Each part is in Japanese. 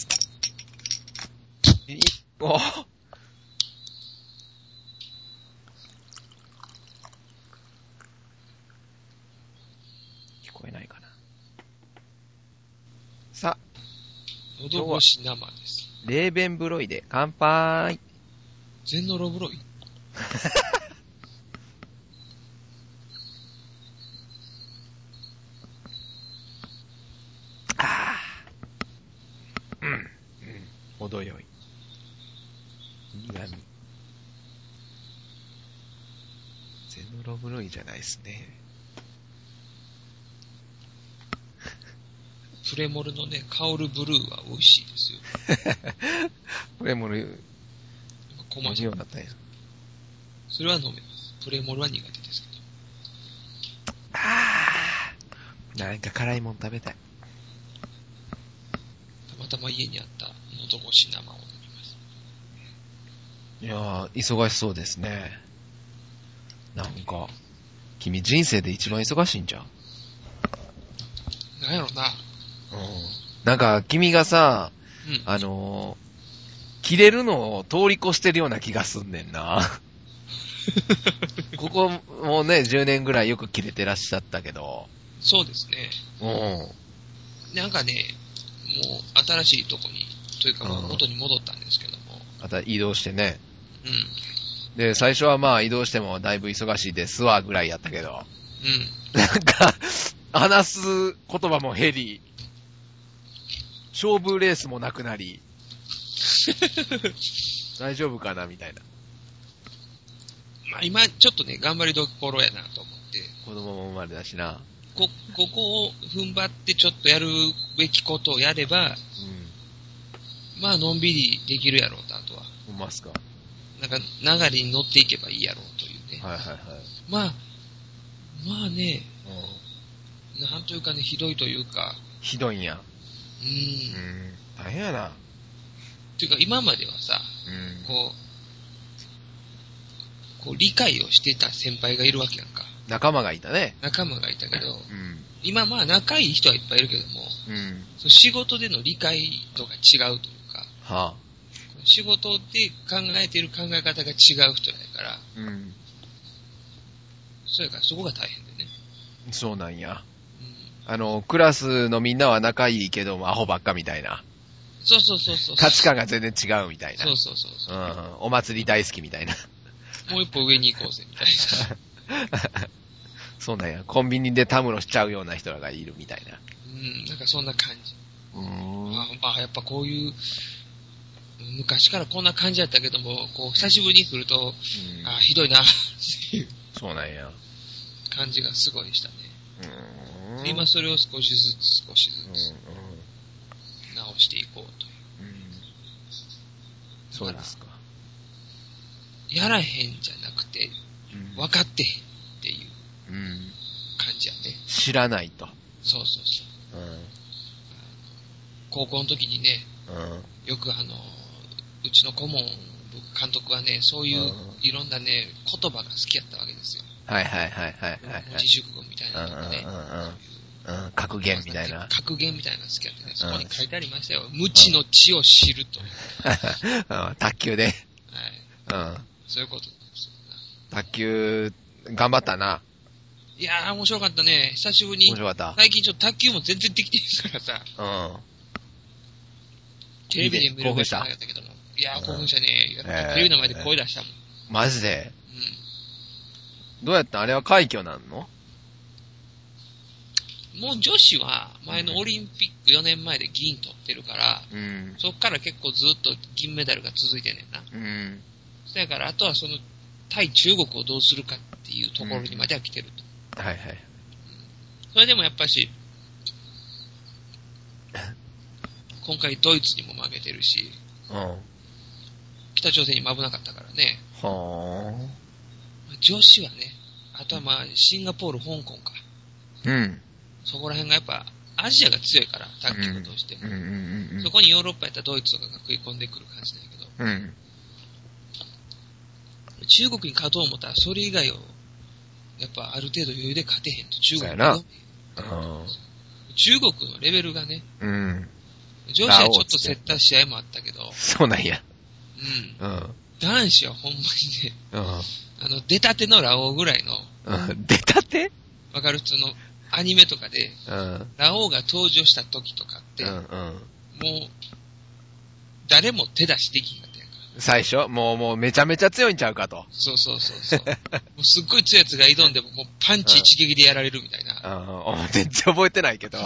お聞こえないかな。さあ、 喉越し生です。 レーベンブロイで乾杯。 全ノロブロイああ、程よい。苦味。ゼノロブロイじゃないですね。 プレモルのね、香るブルーは美味しいですよ。 プレモル、 コマーシャル飲むようになったんや。 それは飲めます。プレモルは苦手ですけど。 ああ、なんか辛いもん食べたい。 たまたま家にあった喉越し生を飲みます。 いやー、忙しそうですね。なんか、君人生で一番忙しいんじゃん。 なんやろな。 なんか、君がさ、 うん。 切れるのを通り越してるような気がすんねんな。ここもうね、10年ぐらいよく切れてらっしゃったけど。 そうですね。なんかね、もう新しいとこに、というかもう元に戻ったんですけども。 また移動してね。 うん。 で、最初はまあ移動してもだいぶ忙しいですわぐらいやったけど。 うん。 なんか、話す言葉も減り、勝負レースもなくなり、大丈夫かなみたいな。 まあ今ちょっとね、頑張りどころやなと思って。 子供も生まれだしな。 ここを踏ん張ってちょっとやるべきことをやれば、まあのんびりできるやろうと、あとは。 ほんますか。 なんか流れに乗っていけばいいやろうというね。 はいはいはい。 まあね、なんというかね、ひどいというか。 ひどいんや。大変やな。 というか今まではさ、こう理解をしてた先輩がいるわけやんか。 仲間がいたね。 仲間がいたけど、今まあ仲いい人はいっぱいいるけども、その仕事での理解度が違うというか、仕事で考えている考え方が違う人やから、それからそこが大変でね。 そうなんや。クラスのみんなは仲いいけどもアホばっかみたいな。 そう。 価値観が全然違うみたいな。 そう。 お祭り大好きみたいな。 もう一歩上に行こうぜみたいな。 そうなんや。コンビニでたむろしちゃうような人らがいるみたいな。 なんかそんな感じ。まあやっぱこういう、昔からこんな感じだったけども、こう久しぶりに来ると、ひどいなっていう。 そうなんや。 感じがすごいしたね。今それを少しずつ直していこうという。 そうですか。 やらへんじゃなくて、分かってへんっていう感じやね。 知らないと。 そう。高校の時にね、よくうちの顧問監督はね、そういういろんなね、言葉が好きやったわけですよ。 はい。 文字熟語みたいなのがね、 格言みたいな。 格言みたいなのが好きやってね、そこに書いてありましたよ。無知の知を知ると。 卓球で。 はい。そういうことですよ。 卓球、頑張ったな。 いやー、面白かったね。久しぶりに。 面白かった。 最近ちょっと卓球も全然できてへんからさ。テレビで見るぐらいじゃなかったけども。いやー、興奮したね。テレビの前で声出したもん。 マジで？どうやったん？あれは快挙なんの？ もう女子は前のオリンピック4年前で銀取ってるから、そっから結構ずっと銀メダルが続いてんねんな。そやからあとはその対中国をどうするかっていうところにまでは来てると。 はい。 それでもやっぱし、今回ドイツにも負けてるし、北朝鮮にも危なかったからね。女子はね、あとはまあシンガポール、香港か。そこら辺がやっぱアジアが強いから、卓球を通しても。そこにヨーロッパやったらドイツとかが食い込んでくる感じなんやけど、中国に勝とう思ったらそれ以外をやっぱある程度余裕で勝てへんと中国が。中国のレベルがね、 女子はちょっと競った試合もあったけど。 そうなんや。 うん。男子はほんまにね、出たてのラオウぐらいの。 出たて？ わかる？その、アニメとかで、ラオウが登場した時とかって、もう、誰も手出しできんかったやんか。 最初もうめちゃめちゃ強いんちゃうかと。 そう。もうすっごい強いやつが挑んでも、もうパンチ一撃でやられるみたいな。 全然覚えてないけど。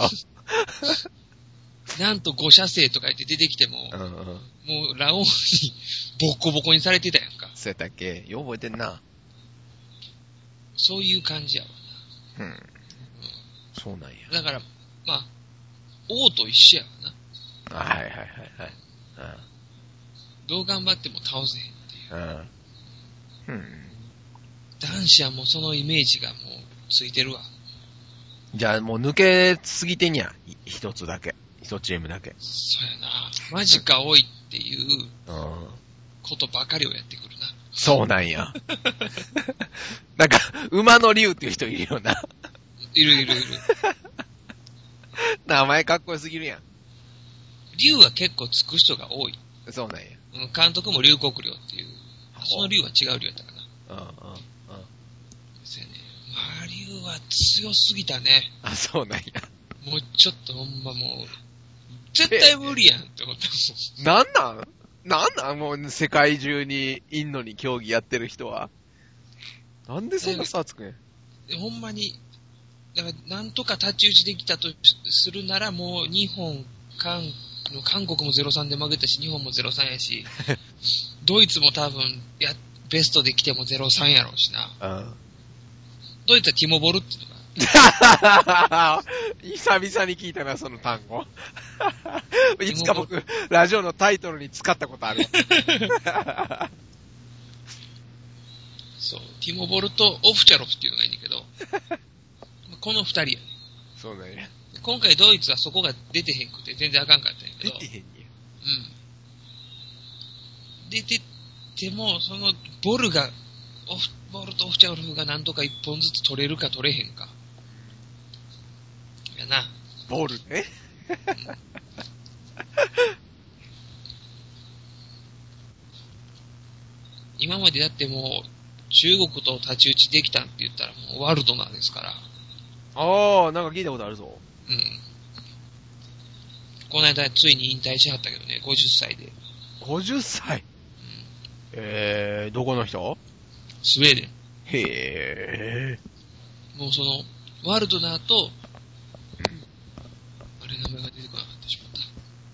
なんと5射精とか言って出てきても、もうラオウにボコボコにされてたやんか。 そうやったっけ？よう覚えてんな。 そういう感じやわな。 そうなんや。 だから、まあ、王と一緒やわな。 はい。 どう頑張っても倒せへんっていう。 うん。 男子はもうそのイメージがもうついてるわ。 じゃあもう抜けすぎてんや。一チームだけ。 そうやな。マジか多いっていうことばかりをやってくるな。 そうなんや。なんか、馬の竜っていう人いるよな。 いる。 名前かっこよすぎるやん。 竜は結構つく人が多い。 そうなんや。 監督も龍谷竜っていう。その竜は違う竜やったかな。ですよね。まあ、竜は強すぎたね。 そうなんや。 もうちょっとほんまもう、絶対無理やんって思ったもん。なんなんもう世界中にいんのに競技やってる人は。なんでそんな差つくんや。 ほんまに、だからなんとか太刀打ちできたとするならもう日本、韓国も 0-3 で負けたし、日本も 0-3 やし、ドイツも多分ベストで来ても 0-3 やろうしな。ドイツはティモボルっていうのが。 久々に聞いたな、その単語。いつか僕、ラジオのタイトルに使ったことある。 そう、ティモボルとオフチャロフっていうのがいいんだけど、この二人やね。 そうなんや。 今回ドイツはそこが出てへんくて全然あかんかったんやけど。 出てへんねや。 出てても、そのボルとオフチャロフがなんとか一本ずつ取れるか取れへんか。やな。 ボルね。 今までだってもう、中国と太刀打ちできたんって言ったらもうワルドナーですから。 なんか聞いたことあるぞ。 この間ついに引退しはったけどね、50歳で。 50歳？どこの人？ スウェーデン。 へー。もうその、ワルドナーと、あれ名前が出てこなかったしまった。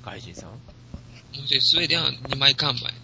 外人さん？もうで、スウェーデンは2枚看板やって。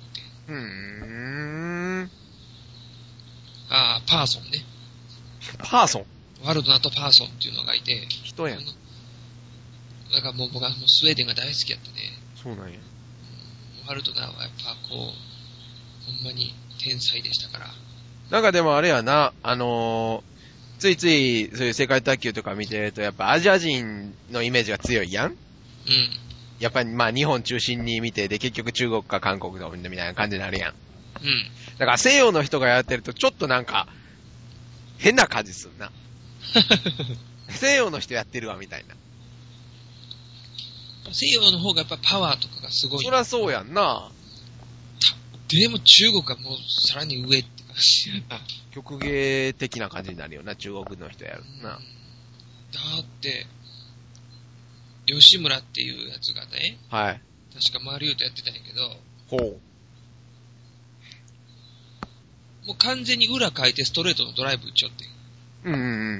パーソンね。 パーソン？ ワルドナーとパーソンっていうのがいて。 人やん。 だからもう僕はもうスウェーデンが大好きやってね。 そうなんや。 ワルドナーはやっぱこう、ほんまに天才でしたから。 なんかでもあれやな、ついついそういう世界卓球とか見てるとやっぱアジア人のイメージが強いやん？やっぱりまあ日本中心に見てで結局中国か韓国かみたいな感じになるやん。だから西洋の人がやってるとちょっとなんか変な感じすんな。西洋の人やってるわみたいな。 西洋の方がやっぱパワーとかがすごい。 そりゃそうやんな。 でも中国はもうさらに上って感じやな。 曲芸的な感じになるよな、中国の人やるな。だって、吉村っていうやつがね、 はい。 確かマリオとやってたんやけど、もう完全に裏書いてストレートのドライブ打ちよって。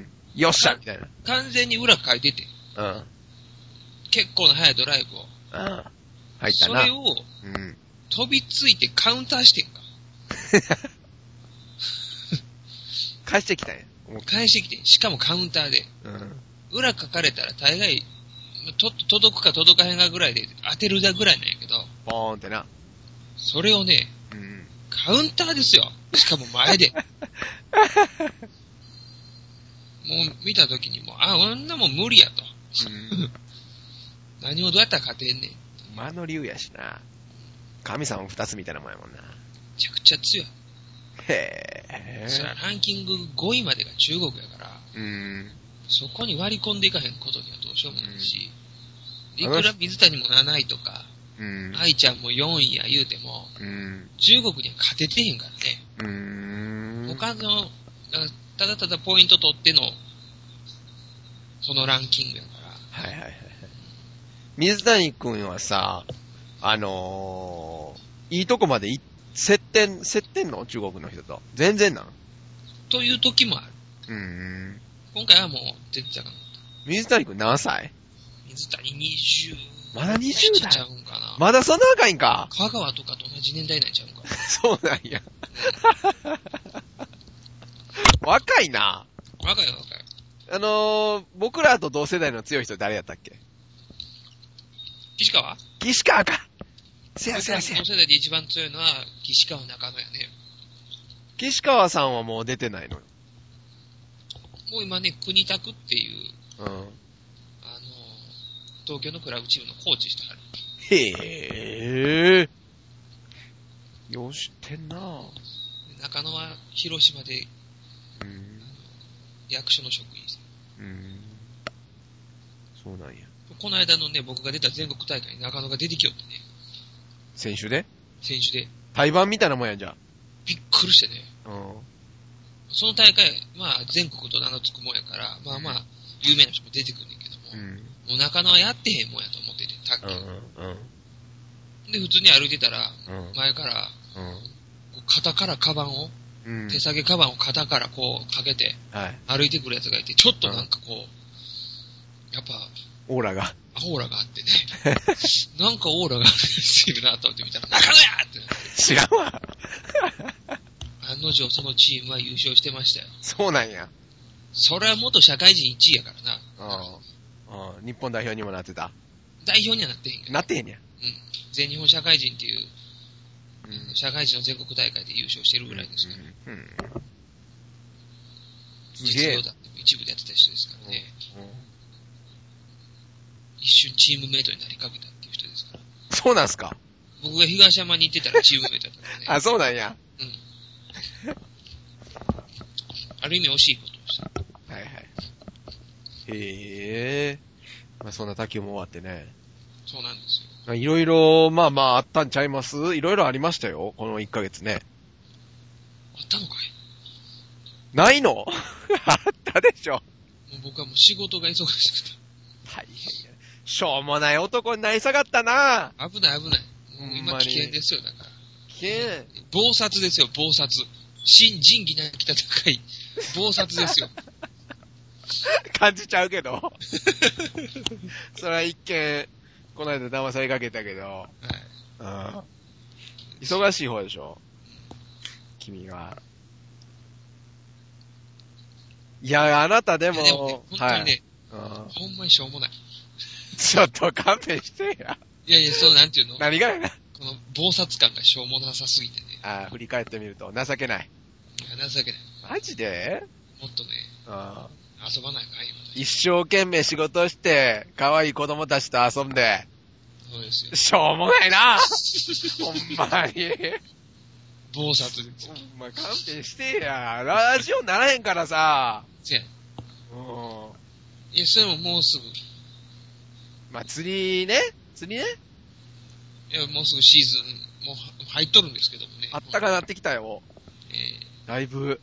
よっしゃみたいな。 完全に裏書いてて。結構な速いドライブを。 入ったな。 それを、飛びついてカウンターしてんか。 返してきたんや。 返してきて、しかもカウンターで。裏書かれたら大概、届くか届かへんかぐらいで当てるだぐらいなんやけど。 ポーンってな。 それをね、カウンターですよ。しかも前で。もう見たときにもう、女もん無理やと。何をどうやったら勝てんねん。 馬の竜やしな。神様二つみたいなもんやもんな。めちゃくちゃ強い。そらランキング5位までが中国やから、そこに割り込んでいかへんことにはどうしようもないし、 いくら水谷も7位とか、愛ちゃんも4位や言うても、中国には勝ててへんからね。他の、ただただポイント取っての、そのランキングやから。 はいはいはい。水谷くんはさ、いいとこまで接点の中国の人と。全然なんという時もある。今回はもう全然かんかった。 水谷くん何歳？ 水谷20。 まだ20代ちゃうんかな。 まだそんな若いんか。 香川とかと同じ年代なんちゃうんか。 そうなんや。若いな。 若い。 僕らと同世代の強い人誰やったっけ？ 岸川か。せや。 同世代で一番強いのは岸川中野やね。 岸川さんはもう出てないのよ。 もう今ね、国宅っていう、東京のクラブチームのコーチしてはる。 へぇー。よしてんなぁ。 中野は広島で、役所の職員さん。 そうなんや。 この間のね、僕が出た全国大会に中野が出てきよってね。 選手で。 対バンみたいなもんやんじゃ。 びっくりしてね。その大会、まあ全国と名の付くもんやから、まあまあ、有名な人も出てくるんだけども、もう中野はやってへんもんやと思ってて、卓球。で、普通に歩いてたら、前から、肩からカバンを、手提げカバンを肩からこうかけて、歩いてくるやつがいて、ちょっとなんかこう、やっぱ、 オーラがあってね、なんかオーラがしてるなと思って見たら、中野やって知らんわ。 案の定そのチームは優勝してましたよ。 そうなんや。 それは元社会人1位やからな。日本代表にもなってた。 代表にはなってへんけど。 なってへんや。 全日本社会人っていう、社会人の全国大会で優勝してるぐらいですから。実業団でも一部でやってた人ですからね。一瞬チームメイトになりかけたっていう人ですから。 そうなんすか？ 僕が東山に行ってたらチームメイトだったからね。 あ、そうなんや。 ある意味惜しいことをした。 はいはい。へえ。まあそんな卓球も終わってね。 そうなんですよ。 いろいろ、まああったんちゃいます？いろいろありましたよ。この1ヶ月ね。 あったのかい？ ないの？あったでしょ。 もう僕はもう仕事が忙しくて。 大変や。しょうもない男になり下がったな。 危ない。もう今危険ですよ、だから。 危険。 暴殺ですよ、暴殺。新仁義なき戦い。暴殺ですよ。 感じちゃうけど。それは一見、この間騙されかけたけど。はい。忙しい方でしょ。君は。いや、あなたでも、 本当にね、ほんまにしょうもない。 ちょっと勘弁してや。 いや、そうなんていうの？ 何がやな。 この暴殺感がしょうもなさすぎてね。 振り返ってみると、情けない。 情けない。 マジで？ もっとね、遊ばないかい？ 一生懸命仕事して、可愛い子供たちと遊んで。 そうですよ。 しょうもないな。ほんまに。 暴殺ですよ。 ほんま勘弁してや。ラジオならへんからさ。 せや。いや、それももうすぐ。 まあ、釣りね。 いや、もうすぐシーズン、もう入っとるんですけどもね。 あったかなってきたよ。だいぶ。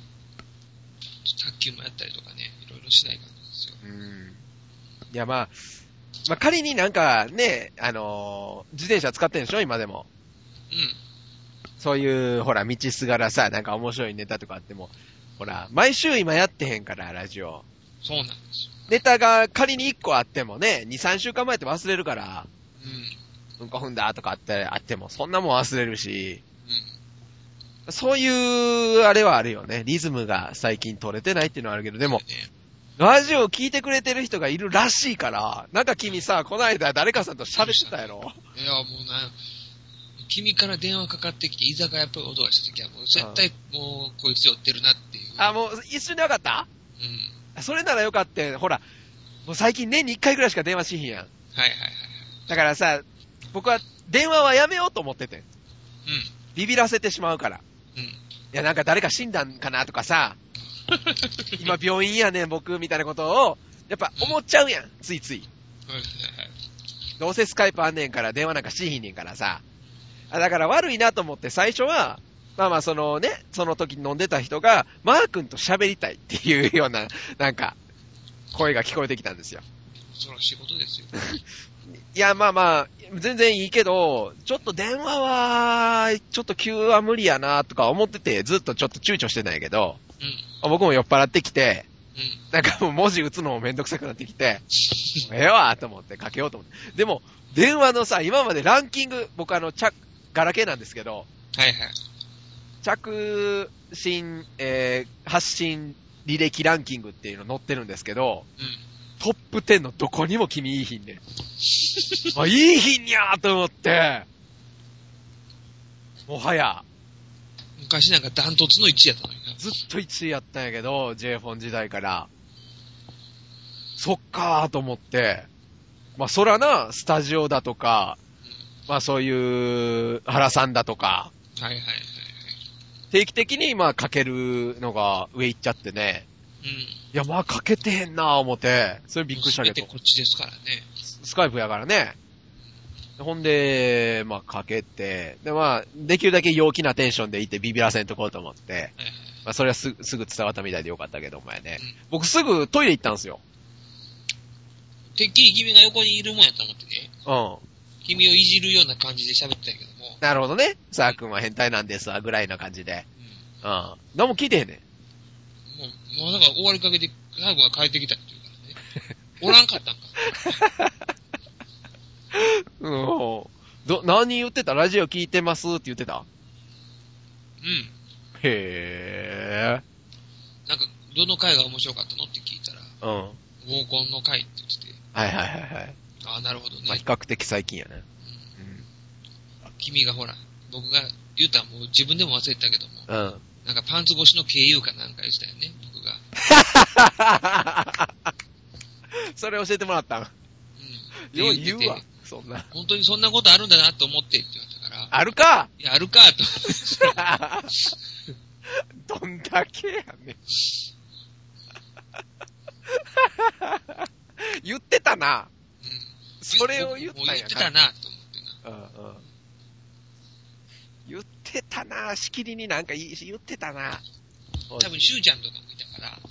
卓球もやったりとかね、いろいろしない感じですよ。 いや、まあ、仮になんかね、自転車使ってんでしょ今でも。そういう、ほら、道すがらさ、なんか面白いネタとかあっても、ほら、毎週今やってへんから、ラジオ。 そうなんですよ。 ネタが仮に1個あってもね、2、3週間前って忘れるから、うんこ踏んだとかあっても、そんなもん忘れるし、そういう、あれはあるよね。リズムが最近取れてないっていうのはあるけど、でも、ラジオを聞いてくれてる人がいるらしいから、なんか君さ、この間誰かさんと喋ってたやろ。 いや、もう君から電話かかってきて、居酒屋っぽい音がしたときは、もう絶対もうこいつ寄ってるなっていう。 もう一瞬で分かった？それならよかった。ほら、もう最近年に1回ぐらいしか電話しひんやん。だからさ、僕は電話はやめようと思ってて。ビビらせてしまうから。いや、なんか誰か死んだんかなとかさ、今病院やねん僕みたいなことを、やっぱ思っちゃうやん、ついつい。 どうせスカイプあんねんから電話なんかしひんねんからさ。だから悪いなと思って最初は、まあまあそのね、その時飲んでた人が、マー君と喋りたいっていうような、なんか、声が聞こえてきたんですよ。 そら仕事ですよ。 いや、まあまあ、全然いいけど、ちょっと電話は、ちょっと急は無理やなとか思ってて、ずっとちょっと躊躇してないけど、僕も酔っ払ってきて、なんかもう文字打つのもめんどくさくなってきて、ええわと思ってかけようと思って。でも、電話のさ、今までランキング、僕ガラケーなんですけど、 はいはい。 着信、発信履歴ランキングっていうの載ってるんですけど、トップ10のどこにも君いいひんねん。あ、いいひんやーと思って、もはや。 昔なんかダントツの1位やったのにな。 ずっと1位やったんやけど、J フォン時代から。そっかーと思って、まあそらな、スタジオだとか、まあそういう原さんだとか、 はいはいはい。 定期的にまあかけるのが上行っちゃってね。いやまあかけてへんなー思って、それびっくりしたけど。 こっちですからね。 スカイプやからね。ほんで、まあかけて、でまあ、できるだけ陽気なテンションでいてビビらせんとこうと思って、まあそれはすぐ伝わったみたいでよかったけど、お前ね。僕すぐトイレ行ったんですよ。 てっきり君が横にいるもんやと思ってね。君をいじるような感じで喋ってたけども。 なるほどね。さあくんは変態なんですわ、ぐらいな感じで。何も聞いてへんねん。 もうだから終わりかけて、最後は帰ってきたっていうからね。おらんかったんか。 何言ってた？ラジオ聞いてますって言ってた？へー。なんか、どの回が面白かったのって聞いたら、合コンの回って言ってて。 はいはいはいはい。 ああ、なるほどね。 まあ比較的最近やね。 君がほら、僕が言ったらもう自分でも忘れてたけども、なんかパンツ越しの経由かなんか言ってたよね、僕が。 それ教えてもらったん？よう言うわ。そんな。 本当にそんなことあるんだなと思ってって言われたから。 あるか！ いや、あるかと。どんだけやねん。言ってたな。それを言ったんやな。 言ってたなと思ってな。 言ってたな。しきりになんか言ってたな。 多分、しゅうちゃんとかもいたから。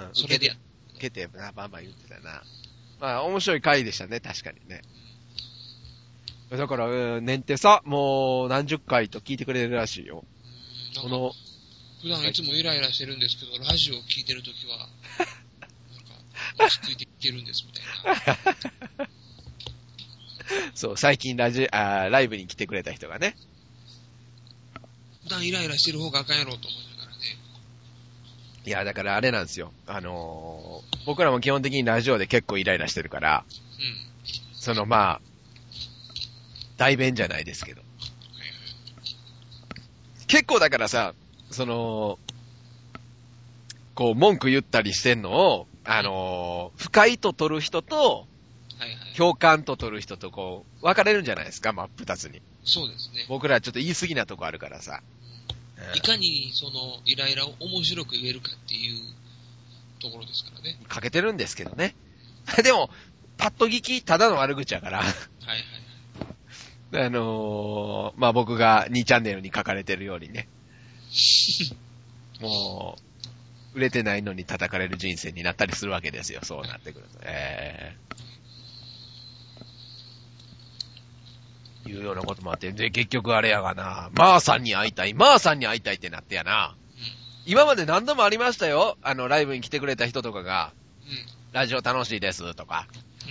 それでやった。 受けてな、バンバン言ってたな。まあ、面白い回でしたね、確かにね。だから、年ってさ、もう何十回と聞いてくれるらしいよ。 普段いつもイライラしてるんですけど、ラジオを聞いてるときは、なんか、落ち着いて聞けるんですみたいな。 そう、最近ライブに来てくれた人がね。 普段イライラしてる方があかんやろうと思いながらね。 いや、だからあれなんですよ。僕らも基本的にラジオで結構イライラしてるから、まあ、代弁じゃないですけど。結構だからさ、こう、文句言ったりしてんのを、不快と取る人と、共感と取る人とこう、分かれるんじゃないですか、真っ二つに。 そうですね。 僕らちょっと言い過ぎなとこあるからさ。 いかにイライラを面白く言えるかっていうところですからね。 かけてるんですけどね。でも、パッと聞き、ただの悪口やから。まあ、僕が2チャンネルに書かれてるようにね。もう、売れてないのに叩かれる人生になったりするわけですよ、そうなってくると。いうようなこともあって、で、結局あれやがな、マーさんに会いたいってなってやな。今まで何度もありましたよ。ライブに来てくれた人とかが、ラジオ楽しいですとか、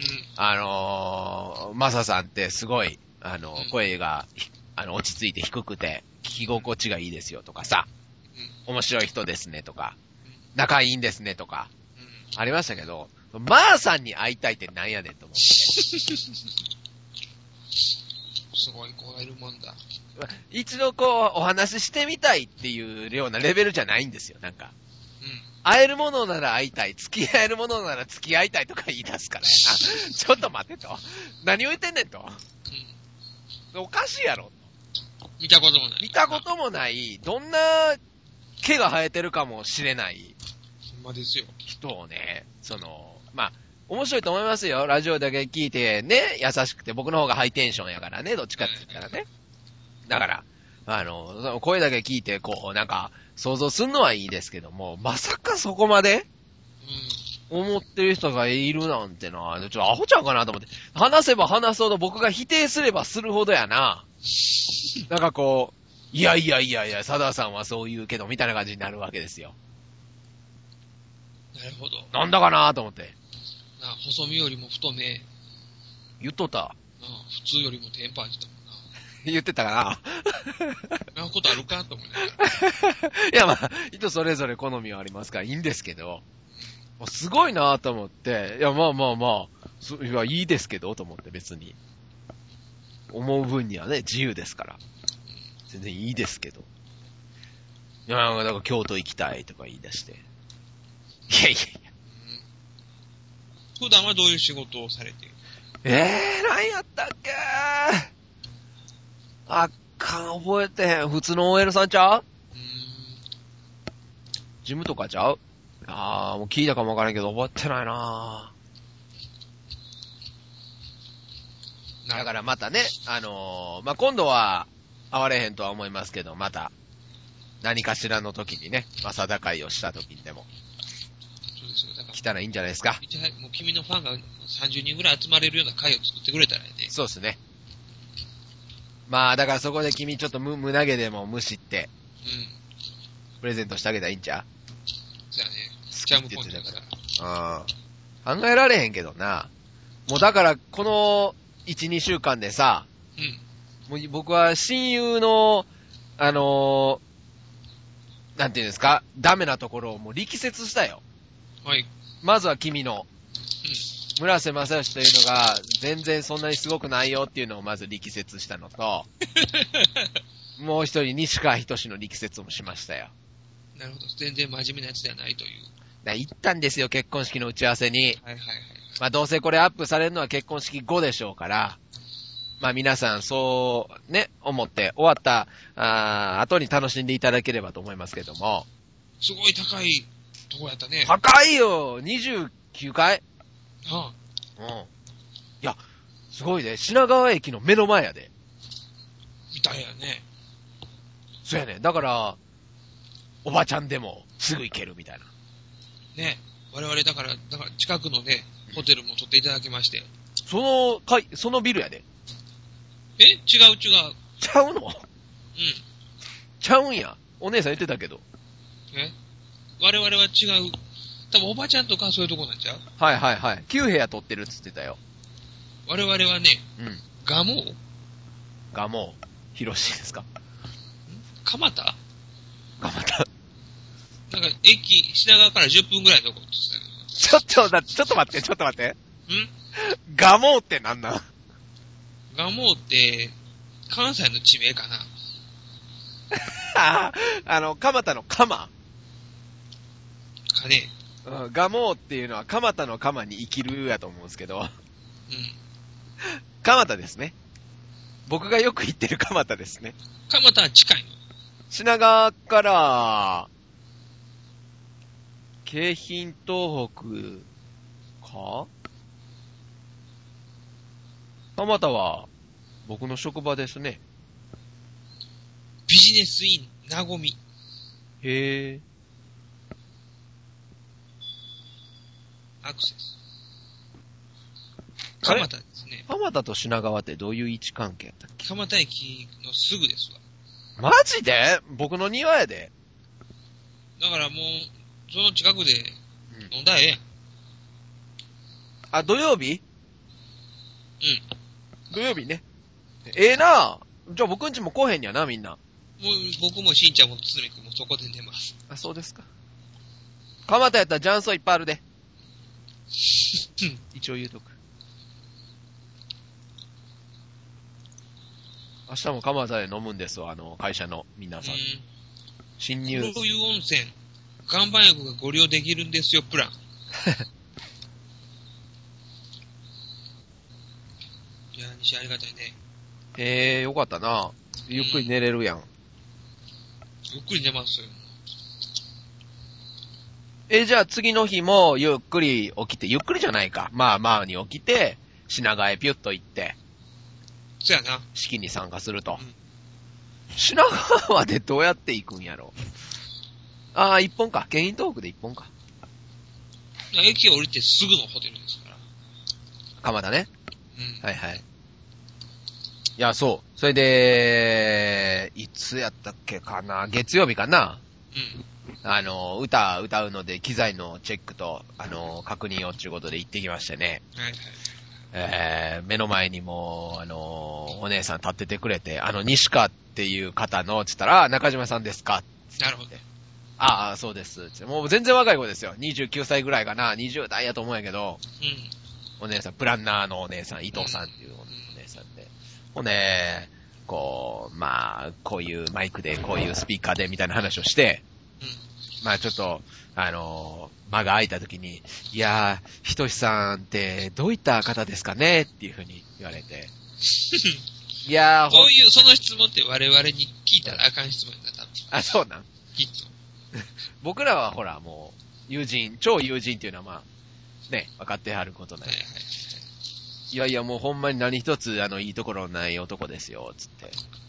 マサさんってすごい、声が、落ち着いて低くて、聞き心地がいいですよとかさ、面白い人ですねとか、仲いいんですねとか、ありましたけど、マーさんに会いたいってなんやねんと思って。 すごい子がいるもんだ。 一度こう、お話ししてみたいっていうようなレベルじゃないんですよ、なんか。会えるものなら会いたい、付き合えるものなら付き合いたいとか言い出すからやな。ちょっと待ってと。何を言ってんねんと。おかしいやろ。 見たこともない。 見たこともない、どんな毛が生えてるかもしれない。 ほんまですよ。 人をね、まあ、 面白いと思いますよ。ラジオだけ聞いてね、優しくて僕の方がハイテンションやからね、どっちかって言ったらね。だから、声だけ聞いて、こう、なんか、想像するのはいいですけども、まさかそこまで思ってる人がいるなんてな、ちょっとアホちゃうかなと思って。話せば話すほど僕が否定すればするほどやな。なんかこう、いや、佐田さんはそう言うけど、みたいな感じになるわけですよ。 なるほど。 なんだかなと思って。 細身よりも太め。 言っとった。 普通よりもテンパーしたもんな。 言ってたかな。なことあるかと思いながら。 いや、まあ、人それぞれ好みはありますからいいんですけど、すごいなと思って、いや、まあ、いいですけど、と思って別に。思う分にはね、自由ですから。全然いいですけど。いや、だから京都行きたいとか言い出して。いや。 普段はどういう仕事をされている？ 何やったっけ覚えてへん。普通の OL さんちゃう？ジムとかちゃう？もう聞いたかもわからんけど覚えてないなだからまたね、今度は会われへんとは思いますけど、また何かしらの時にね、正田会をした時にでも。 そうですよ。だから来たらいいんじゃないですか。 もう君のファンが30人ぐらい集まれるような会を作ってくれたらね。 そうですね。まあ、だからそこで君ちょっと胸毛でもむしって、プレゼントしてあげたらいいんちゃう？ そうやね。チャームポイントだから。考えられへんけどな。もうだから、この1、2週間でさ、もう僕は親友の、なんていうんですか、ダメなところをもう力説したよ。 はい。 まずは君の、村瀬正義というのが全然そんなにすごくないよっていうのをまず力説したのと、もう一人西川仁の力説もしましたよ。 なるほど。全然真面目なやつではないという。 行ったんですよ、結婚式の打ち合わせに。 はいはいはい。 まあどうせこれアップされるのは結婚式後でしょうから、まあ皆さんそうね、思って終わった後に楽しんでいただければと思いますけども。 すごい高いとこやったね。 高いよ !29 階はあ、うん。いや、すごいね。品川駅の目の前やで。 みたいやね。 そうやね。だから、おばちゃんでもすぐ行けるみたいな。 ね。我々だから近くのね、ホテルも取っていただきまして。 そのビルやで。 違う。 ちゃうの？ちゃうんや。お姉さん言ってたけど。 我々は違う。多分おばちゃんとかそういうとこなんちゃう？ はい。9部屋取ってるっつってたよ。 我々はね、ガモ広しですか？ 蒲田蒲田。 なんか品川から10分ぐらいのとこって言ってたけど。 ちょっと待って。ガモってなんなん？ ガモって、関西の地名かな？ 蒲田の蒲かね。 ガモっていうのは蒲田の蒲に生きるやと思うんですけど。蒲田ですね。僕がよく行ってる蒲田ですね。 蒲田は近いの？ 品川から、京浜東北か？蒲田は僕の職場ですね。 ビジネスインなごみ。 へえ。 アクセス。蒲田ですね。 蒲田と品川ってどういう位置関係やったっけ？ 蒲田駅のすぐですわ。 マジで？僕の庭やで。 だからもう、その近くで飲んだらええやん。 土曜日？土曜日ね。なじゃあ僕んちも来へんやな、みんな。 もう僕もしんちゃんもつみくんもそこで寝ます。 そうですか。蒲田やったら雀荘いっぱいあるで。一応言うとく。明日も蒲田で飲むんですわ、会社の皆さん。新入。 そういう温泉、岩盤浴がご利用できるんですよ、プラン。いや、西ありがたいね。 よかったな。ゆっくり寝れるやん。 ゆっくり寝ますよ。 じゃあ次の日もゆっくり起きて、ゆっくりじゃないか。まあに起きて、品川へピュッと行って。 そやな。 式に参加すると。品川でどうやって行くんやろ。一本か。京浜東北で一本か。 駅降りてすぐのホテルですから。 蒲田ね。はいはい。いや、そう。それで、いつやったっけかな。月曜日かな。歌うので、機材のチェックと、確認をっていうことで行ってきましてね。はいはい。目の前にも、お姉さん立っててくれて、西川っていう方の、つったら、中島さんですか？ なるほど。 そうです。もう全然若い子ですよ。29歳ぐらいかな。20代やと思うんやけど、お姉さん、プランナーのお姉さん、伊藤さんっていうお姉さんで。ほんで、こういうマイクで、こういうスピーカーで、みたいな話をして、ちょっと、間が空いた時に、いやー、ひとしさんってどういった方ですかねっていうふうに言われて。いやー、 こういう、その質問って我々に聞いたらあかん質問だ、多分。 そうなんきっと。 僕らはほら、もう、超友人っていうのはね、分かってはることない。いやいや、もうほんまに何一つ、いいところない男ですよ、つって。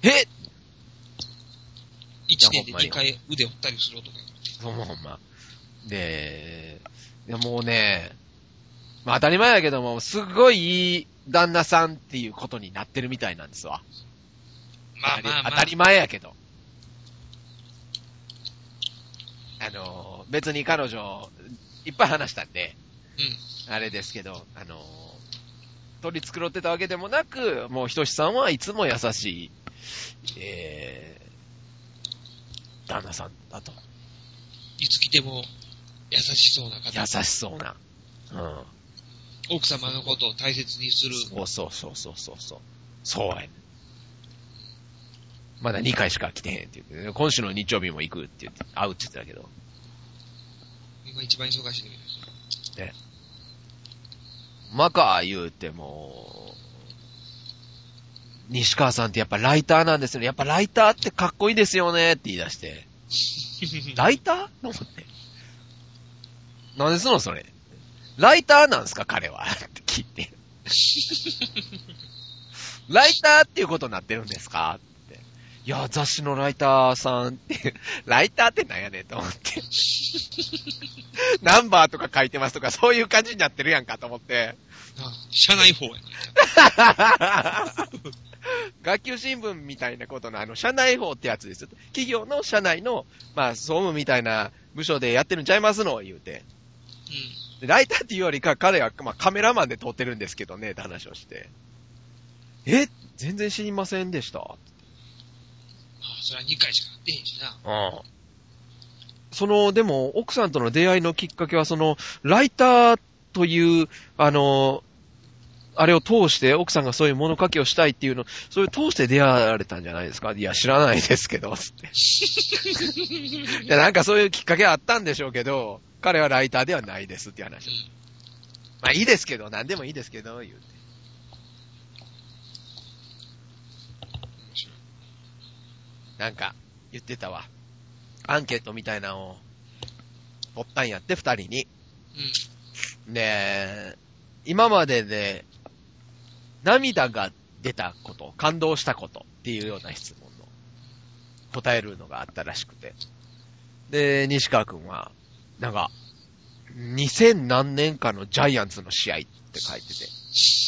1年で2回腕折ったりする男やから。 ほんま。で、もうね、当たり前やけども、すごいいい旦那さんっていうことになってるみたいなんですわ。当たり前やけど。別に彼女、いっぱい話したんで、あれですけど、取り繕ってたわけでもなく、もうひとしさんはいつも優しい、旦那さんだと。 いつ来ても優しそうな方。 優しそうな。 奥様のことを大切にする。 そう。そうやね。まだ2回しか来てへんって言って、今週の日曜日も行くって言って、会うって言ってたけど。 今一番忙しいんだけど。 ね。言うても、西川さんってやっぱライターなんですよね。やっぱライターってかっこいいですよねって言い出して。ライターと思って。なんですのそれ。ライターなんですか彼はって聞いて。ライターっていうことになってるんですかって。いや、雑誌のライターさんって、ライターってなんやねんと思って。ナンバーとか書いてますとかそういう感じになってるやんかと思って。 社内法やな。学級新聞みたいなことの社内法ってやつですよ。企業の社内の、総務みたいな部署でやってるんちゃいますの言うて。ライターっていうよりか、彼は、カメラマンで撮ってるんですけどね、って話をして。全然知りませんでした。 それは2回しか会ってへんしな。 でも、奥さんとの出会いのきっかけは、ライターという、あれを通して、奥さんがそういう物書きをしたいっていうの、それを通して出会われたんじゃないですか？いや、知らないですけど、つって。いや、なんかそういうきっかけあったんでしょうけど、彼はライターではないですっていう話。いいですけど、なんでもいいですけど、言うて。なんか、言ってたわ。アンケートみたいなのを、取ったんやって、二人に。で、今までで、涙が出たこと、感動したことっていうような質問の答えるのがあったらしくて。で、西川くんは、なんか、2000何年かのジャイアンツの試合って書いてて。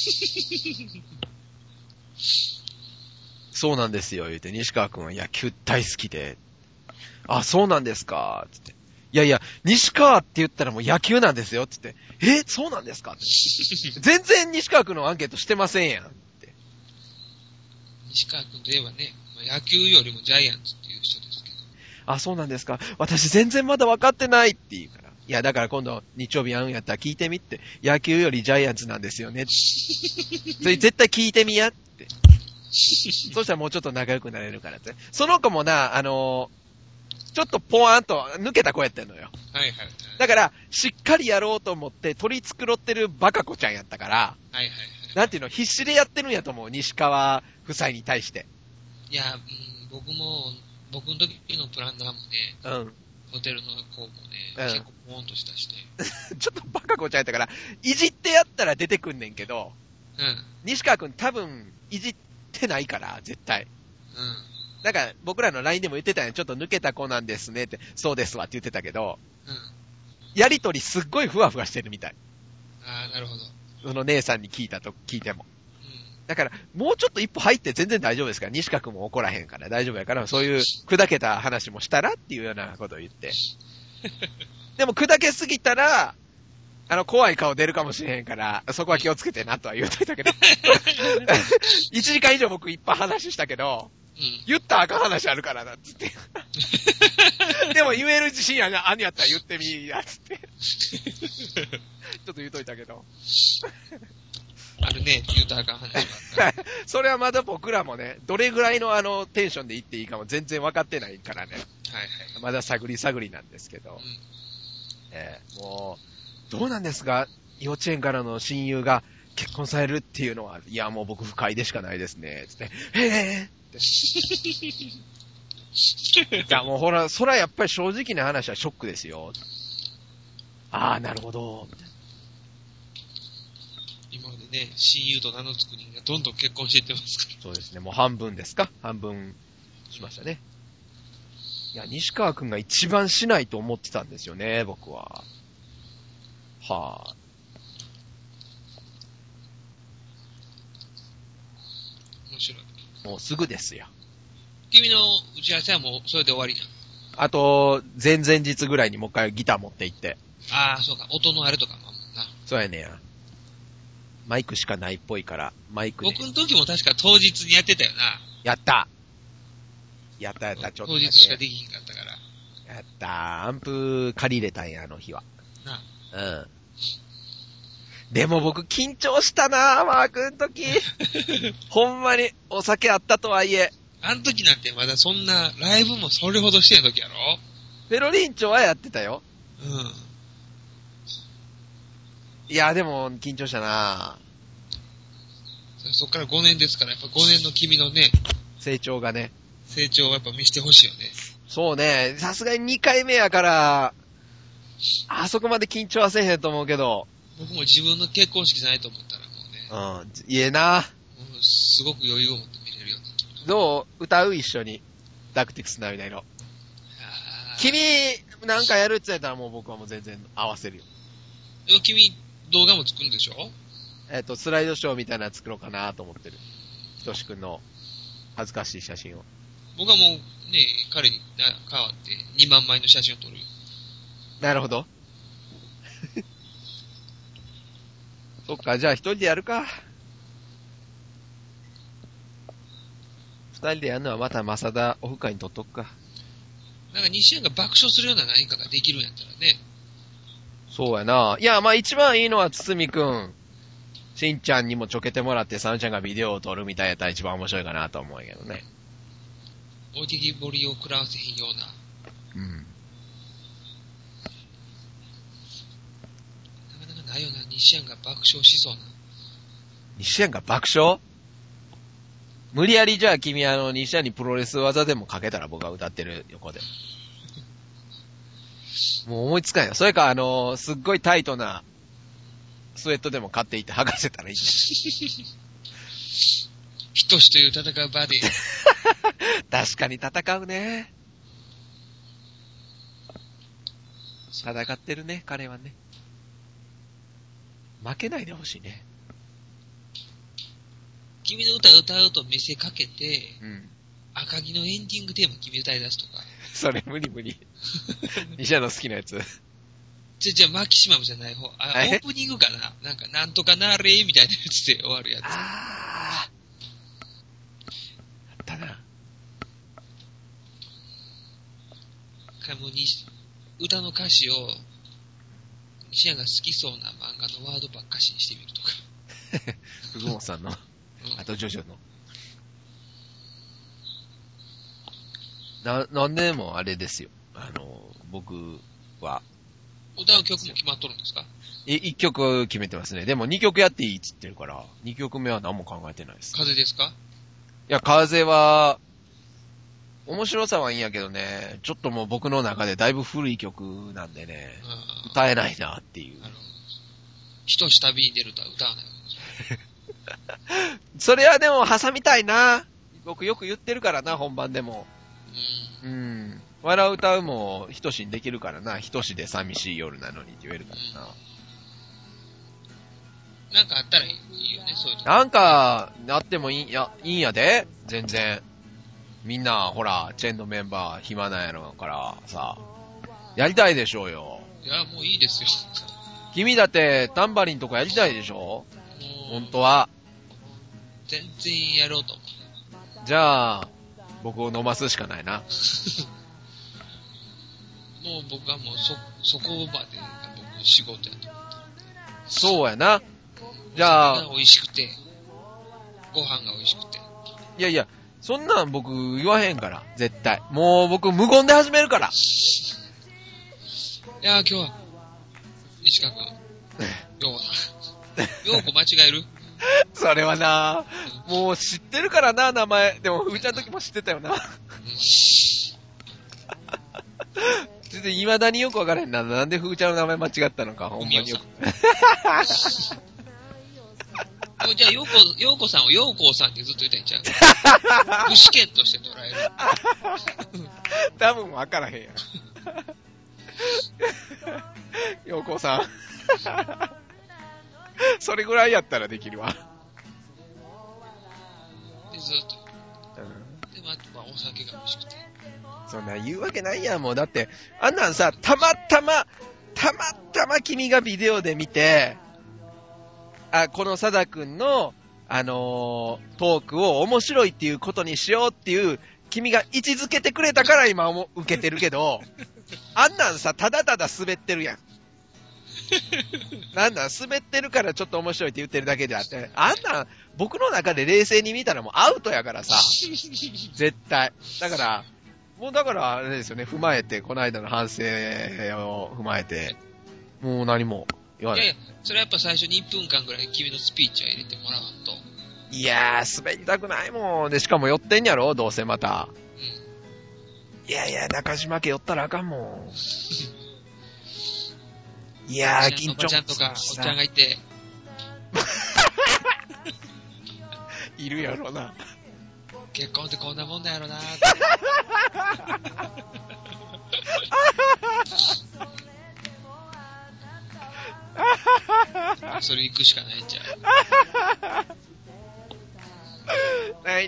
そうなんですよ、言うて、西川くんは野球大好きで。そうなんですか、つって。いや、西川って言ったらもう野球なんですよ、つって。そうなんですかって。全然西川くんのアンケートしてませんやん、って。 西川くんといえばね、野球よりもジャイアンツっていう人ですけど。 そうなんですか。私全然まだ分かってないって言うから。いや、だから今度日曜日会うんやったら聞いてみって。野球よりジャイアンツなんですよね。それ絶対聞いてみやって。そしたらもうちょっと仲良くなれるからって。その子もな、ちょっとポワーンと抜けた子やってんのよ。だから、しっかりやろうと思って取り繕ってるバカ子ちゃんやったから、なんていうの、必死でやってるんやと思う、西川夫妻に対して。 いや、僕の時のプランナーもね、 ホテルの子もね、結構ポーンとしたして。 ちょっとバカこちゃやったから、いじってやったら出てくんねんけど、西川くん多分、いじってないから、絶対。なんか、僕らの LINE でも言ってたやん。ちょっと抜けた子なんですねって、そうですわって言ってたけど、やりとりすっごいふわふわしてるみたい。 ああ、なるほど。 その姉さんに聞いても。だから、もうちょっと一歩入って全然大丈夫ですから、西川くんも怒らへんから大丈夫やから、そういう砕けた話もしたらっていうようなことを言って。でも砕けすぎたら、怖い顔出るかもしれへんから、そこは気をつけてなとは言うといたけど。1時間以上僕いっぱい話したけど、言ったらあかん話あるからな、つって。でも言える自信あんやったら言ってみや、つって。ちょっと言うといたけど。 あるね、言うたらあかん話は。 それはまだ僕らもね、どれぐらいのテンションで言っていいかも全然分かってないからね。まだ探りなんですけど。もう、どうなんですか？幼稚園からの親友が結婚されるっていうのは、いやもう僕不快でしかないですね。つって、へぇいやもうほら、そらやっぱり正直な話はショックですよ。ああ、なるほど。 今までね、親友と名の付く人がどんどん結婚していってますから。 そうですね、もう半分ですか？半分しましたね。いや、西川くんが一番しないと思ってたんですよね、僕は。はぁ、 面白い。 もうすぐですよ。 君の打ち合わせはもうそれで終わりじゃん。 あと、前々日ぐらいにもう一回ギター持って行って。 ああ、そうか。音のあれとかもあるもんな。 そうやねや。マイクしかないっぽいから、マイクで。 僕の時も確か当日にやってたよな。 やった、ちょっと。 当日しかできひんかったから。 やった。アンプ借りれたんや、あの日は。 なあ。うん。でも僕緊張したな、マー君の時。ほんまにお酒あったとはいえ。 あの時なんてまだそんなライブもそれほどしてん時やろ？ ペロリンチョはやってたよ。いや、でも緊張したな。 そっから5年ですから、やっぱ5年の君のね、 成長がね。 成長をやっぱ見せてほしいよね。 そうね、さすがに2回目やから、あそこまで緊張はせえへんと思うけど。 僕も自分の結婚式じゃないと思ったらもうね。 いえな。 すごく余裕を持って見れるよね。 どう？歌う？一緒に。ダクティクスなみたいな。君、なんかやるって言ったらもう僕はもう全然合わせるよ。 君、動画も作るんでしょ？ スライドショーみたいなの作ろうかなと思ってる。ひとしくんの恥ずかしい写真を。 僕はもうね、彼に代わって2万枚の写真を撮るよ。 なるほど。そっか、じゃあ一人でやるか。二人でやるのはまた正田オフ会に撮っとくか。 なんか西山が爆笑するような何かができるんやったらね。 そうやな。いや、まあ一番いいのは堤くん。しんちゃんにもちょけてもらってサムちゃんがビデオを撮るみたいやったら一番面白いかなと思うんやけどね。 置いてきぼりを食らわせへんような。 うん。 なかなかないよな、西山が爆笑しそうな。 西山が爆笑？無理やりじゃあ君西山にプロレス技でもかけたら僕は歌ってる横で。もう思いつかんよ。それかすっごいタイトなスウェットでも買っていって剥がせたらいい。 ひとしという戦う場で。 確かに戦うね。戦ってるね、彼はね。負けないでほしいね。 君の歌を歌うと見せかけて、 うん、 赤木のエンディングテーマ君歌い出すとか。 それ無理。西田の好きなやつ。 じゃあマキシマムじゃない方。オープニングかな？なんかなんとかなれみたいなやつで終わるやつ。 あったな。 歌の歌詞を西山が好きそうな漫画のワードばっかしにしてみるとか。 福本さんの、あとジョジョの。なんでもあれですよ。僕は。 歌う曲も決まっとるんですか ？1曲決めてますね。でも2曲やっていいっつってるから、2曲目は何も考えてないです。 風ですか？ いや、風は、 面白さはいいんやけどね、ちょっともう僕の中でだいぶ古い曲なんでね、歌えないなっていう。 人し旅に出るとは歌わないわけです。それはでも挟みたいな。僕よく言ってるからな、本番でも。笑う歌うも人しにできるからな。人しで寂しい夜なのにって言えるからな。 なんかあったらいいよね、そういうと。 なんか、あってもいいんやで。全然。みんな、ほら、チェンのメンバー暇なんやろからさ、やりたいでしょうよ。 いや、もういいですよ。 君だって、タンバリンとかやりたいでしょ？本当は。 全然やろうと思う。 じゃあ、僕を飲ますしかないな。 もう僕はもうそこまで僕の仕事やと思って。 そうやな。じゃあ。 美味しくて、ご飯が美味しくて。 いやいや、そんなん僕言わへんから、絶対。もう僕無言で始めるから。 いやー今日は、西川くん、ようこさん。ようこ間違える？ それはな、もう知ってるからな、名前。でも、ふーちゃんの時も知ってたよな。全然未だによくわからへんな。なんでふーちゃんの名前間違ったのか、ほんまによく。 じゃあ、ようこさんをようこさんってずっと言ったんちゃう？具志堅として捉える。 多分わからへんや。ようこさん。それぐらいやったらできるわ。 で、ずっと。で、まあ、お酒が美味しくて。 そんな言うわけないやん、もう。だって、あんなんさ、たまたま君がビデオで見て、このサダ君の、トークを面白いっていうことにしようっていう、君が位置づけてくれたから今受けてるけど、あんなんさ、ただただ滑ってるやん。なんだ、滑ってるからちょっと面白いって言ってるだけであって、あんなん、僕の中で冷静に見たらもうアウトやからさ。絶対。だから、あれですよね、踏まえて、この間の反省を踏まえて、もう何も言わない。 いやいや、それはやっぱ最初に1分間ぐらい君のスピーチは入れてもらわんと。 いやー、滑りたくないもん。で、しかも寄ってんやろ、どうせまた。いやいや、中島家寄ったらあかんもん。いやー、緊張。おばちゃんとか、おっちゃんがいて。 いるやろな。 結婚ってこんなもんだやろなーって。それ行くしかないんちゃう。ない。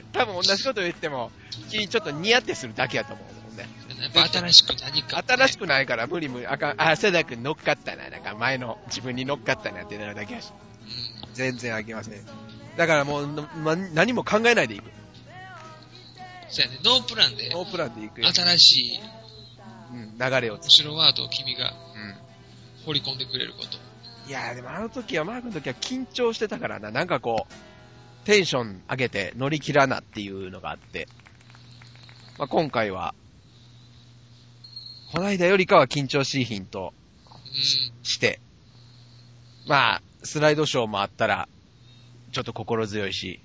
多分同じこと言っても、君ちょっとニヤってするだけやと思うもんね。 新しく何か、 ね。新しくないから無理。セダ君乗っかったな。なんか前の自分に乗っかったなってなるだけやし。全然あげません。だからもう、何も考えないでいく。 そうやね、ノープランで行くよ。 新しい、 流れを後ろワードを君が、掘り込んでくれること。 いやーでもマークの時は緊張してたからな。なんかこう、テンション上げて乗り切らなっていうのがあって。まあ、今回は、こないだよりかは緊張しいひんとして、まあ、スライドショーもあったら、ちょっと心強いし。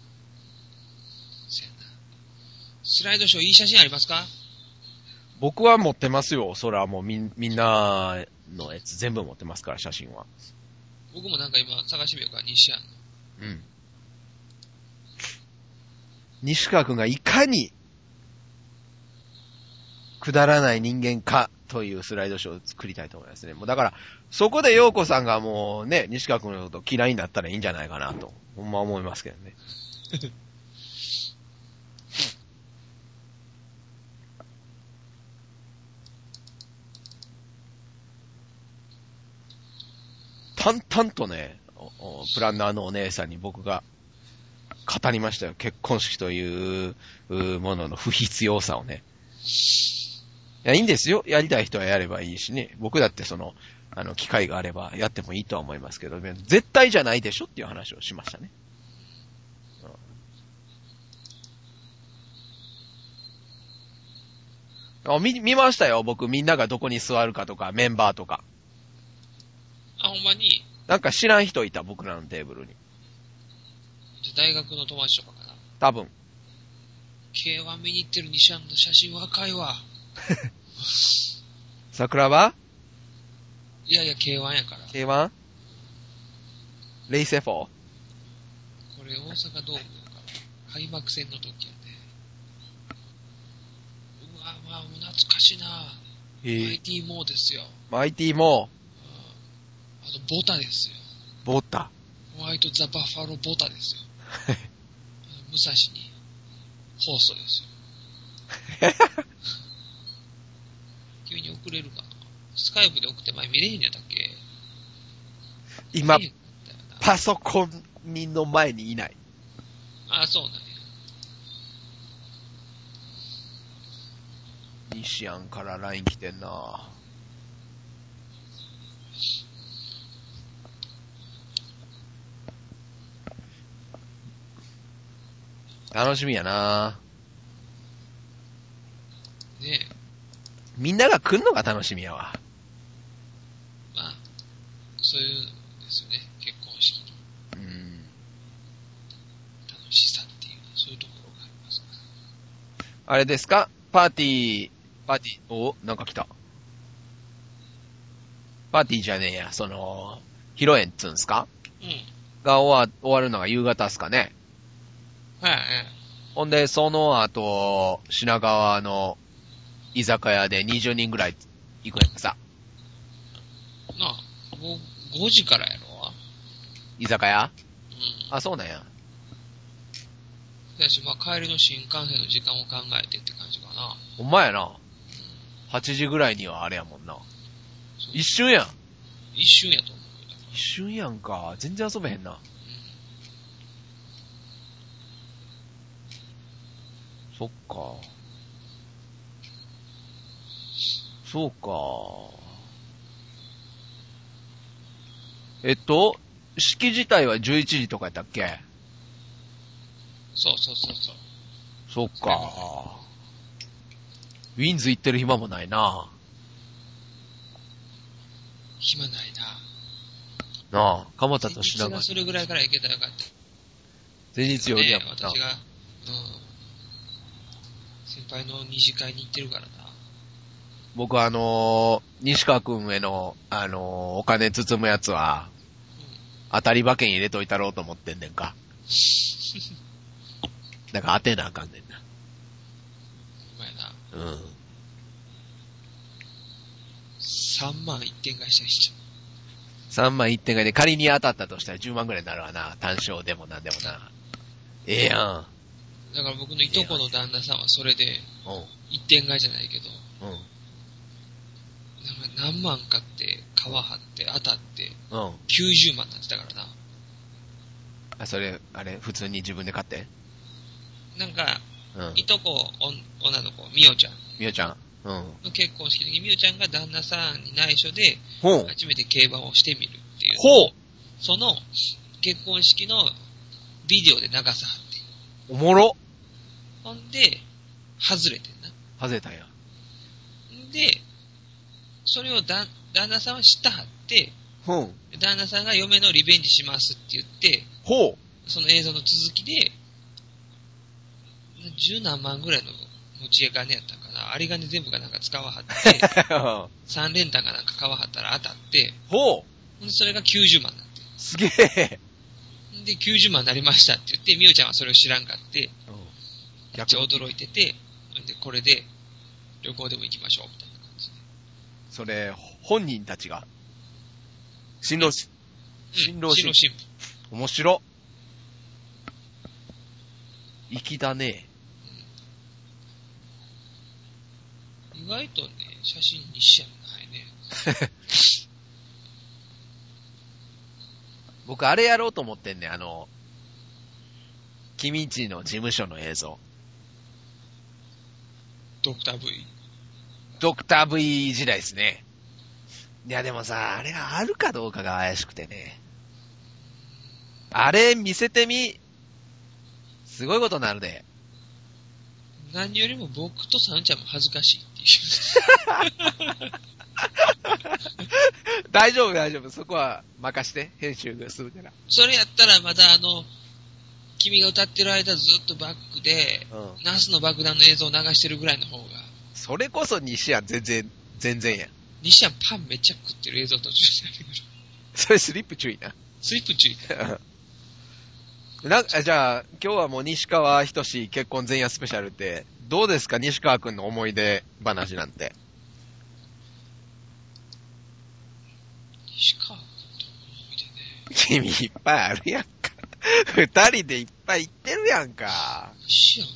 スライドショーいい写真ありますか？ 僕は持ってますよ。それはもうみんなのやつ全部持ってますから、写真は。 僕もなんか今探してみようか、西安の。 西川くんがいかに、くだらない人間かというスライドショーを作りたいと思いますね。もうだから、そこで陽子さんがもうね、西川くんのこと嫌いになったらいいんじゃないかなと、ほんま思いますけどね。淡々とね、プランナーのお姉さんに僕が語りましたよ。結婚式というものの不必要さをね。いや、いいんですよ。やりたい人はやればいいしね。僕だって機会があればやってもいいとは思いますけど、絶対じゃないでしょっていう話をしましたね。見ましたよ。僕みんながどこに座るかとか、メンバーとか。 あ、ほんまに？ なんか知らん人いた、僕らのテーブルに。 大学の友達とかかな？ 多分。 K1 見に行ってる西山の写真若いわ。 桜はいやいや、K1 やから。 K1? レイセフォー。 これ大阪ドームやから。開幕戦の時やね。うわ、もう懐かしいな。マイティモーですよ。 マイティモー。あと、ボタですよ。 ボタ。 ホワイトザ・バッファローボタですよ。武蔵に、放送ですよ。君に送れるかな。スカイプで送って前見れへんやったっけ。 今、パソコンの前にいない。 あ、そうなんや。 西安から LINE 来てんな。楽しみやな。 ねえ。 みんなが来んのが楽しみやわ。 まあ、そういうんですよね。結婚式の。楽しさっていう、そういうところがありますから。 あれですか？パーティー、お、なんか来た。パーティーじゃねえや、披露宴っつうんすか？が終わるのが夕方っすかね。 はい。 ほんで、その後、品川の居酒屋で20人ぐらい行くんやさ。 なあ、5時からやろ？ 居酒屋？あ、そうなんや。 だし、まあ、帰りの新幹線の時間を考えてって感じかな。 ほんまやな。8時ぐらいにはあれやもんな。一瞬やん。 一瞬やと思う。 一瞬やんか。全然遊べへんな。そっか。そうか。式自体は11時とかやったっけ？ そう。 そっか。ウィンズ行ってる暇もないな。 暇ないな。なあ、蒲田と品川。 前日がするぐらいから行けたらよかった。 前日よりやもんな。 私が、先輩の二次会に行ってるからな。 僕西川くんへの、お金包むやつは、当たり馬券入れといたろうと思ってんねんか。だから当てなあかんねんな。 うまいな。3万1点買いした人。 3万1点買いで仮に当たったとしたら10万ぐらいになるわな。単勝でもなんでもな。ええやん。 だから僕のいとこの旦那さんはそれで、1点買いじゃないけど、何万買って、皮張って、当たって、90万になってたからな。 あ、それ、普通に自分で買って？ なんか、いとこ、女の子、みおちゃん。 みおちゃん。 の結婚式の時、みおちゃんが旦那さんに内緒で、初めて競馬をしてみるっていう。その、結婚式のビデオで流さはって。 おもろ。 ほんで、外れてんな。 外れたんや。 で、それを旦那さんは知ったはって、旦那さんが嫁のリベンジしますって言って、その映像の続きで、10何万ぐらいの持ち金やったんかな。有り金全部がなんか使わはって、3連単がなんか買わはったら当たって、でそれが90万になって。 すげえ。 で、90万になりましたって言って、みおちゃんはそれを知らんかって、めっちゃ驚いてて、で、これで旅行でも行きましょうみたいな感じで。 それ、本人たちが新郎新婦。面白。粋だね。 意外とね、写真にしちゃないね。 僕、あれやろうと思ってんね。君んちの事務所の映像。 ドクター V。 ドクター V 時代ですね。いや、でもさ、あれがあるかどうかが怪しくてね。あれ見せてみ。すごいことになるで。 何よりも僕とサンちゃんも恥ずかしいっていう。 大丈夫。そこは任して。編集がするから。 それやったらまだ君が歌ってる間ずっとバックで、ナスの爆弾の映像を流してるぐらいの方が。それこそ西やん、全然やん。 西やんパンめっちゃ食ってる映像途中で出てくる。 それスリップ注意な。 スリップ注意。 じゃあ、今日はもう西川ひとし結婚前夜スペシャルって、どうですか西川くんの思い出話なんて。 西川くんと思い出ね。 君いっぱいあるやんか。二人でいっぱい行ってるやんか。 西やん。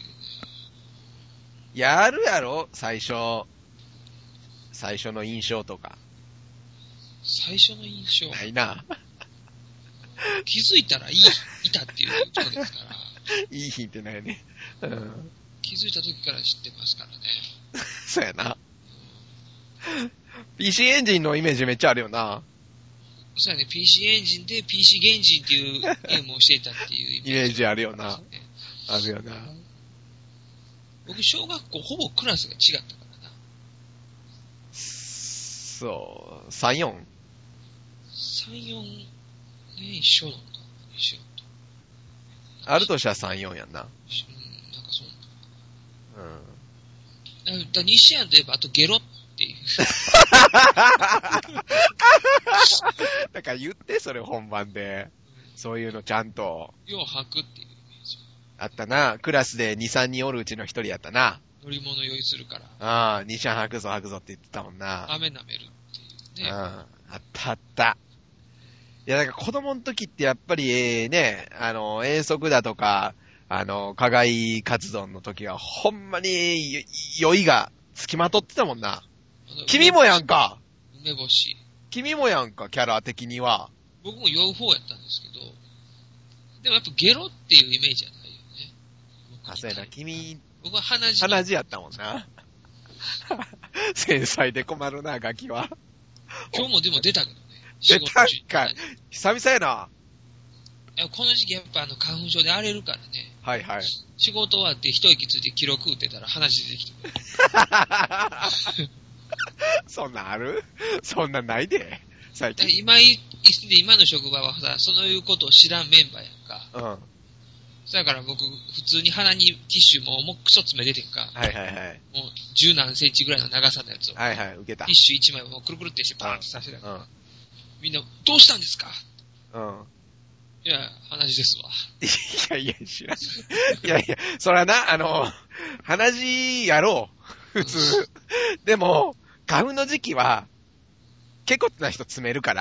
やるやろ最初の印象とか。 最初の印象ないな。 気づいたらいたっていうことですから。 いい日ってないね。うん。 気づいた時から知ってますからね。 そうやな。PC エンジンのイメージめっちゃあるよな。 そうやね、PC エンジンで PC 原人っていうゲームをしていたっていうイメージあるよな。あるよな。 僕、小学校ほぼクラスが違ったからな。 そう、3、4?3、 4年一緒なのか一緒と。あるとしたら3、4やんな。 なんかそうなんだ。西安といえば、あとゲロっていう。 だから言って、それ本番で。そういうのちゃんと。 よう吐くっていうイメージ。 あったな。クラスで2、3人おるうちの1人やったな。 乗り物用意するから。 ああ、西安吐くぞって言ってたもんな。 雨舐めるっていうね。 あった。いや、だから子供の時ってやっぱりね、遠足だとか、課外活動の時はほんまに酔いがつきまとってたもんな。君もやんか。 梅干し。 君もやんか、キャラ的には。 僕も酔う方やったんですけど、でもやっぱゲロっていうイメージはないよね。 あ、そうやな、君。 僕は鼻血やったもんな。繊細で困るな、ガキは。 今日もでも出たけどね。 出たんかい。久々やな。 この時期やっぱ花粉症で荒れるからね。 はいはい。 仕事終わって一息ついて記録打ってたら話出てきてくれ。 そんなんある？そんなんないで。最近。 今の職場はさ、そういうことを知らんメンバーやんか。うん。だから僕、普通に鼻にティッシュもうクソ詰め出てんか。 はいはいはい。 もう十何センチぐらいの長さのやつを。 はいはい、受けた。 ティッシュ1枚をもうくるくるってしてパーンってさせた。うん。みんな、どうしたんですか？うん。いや、話ですわ。 いや、知らん。いや、そらな、話やろう。普通。でも、花粉の時期は、結構な人詰めるから、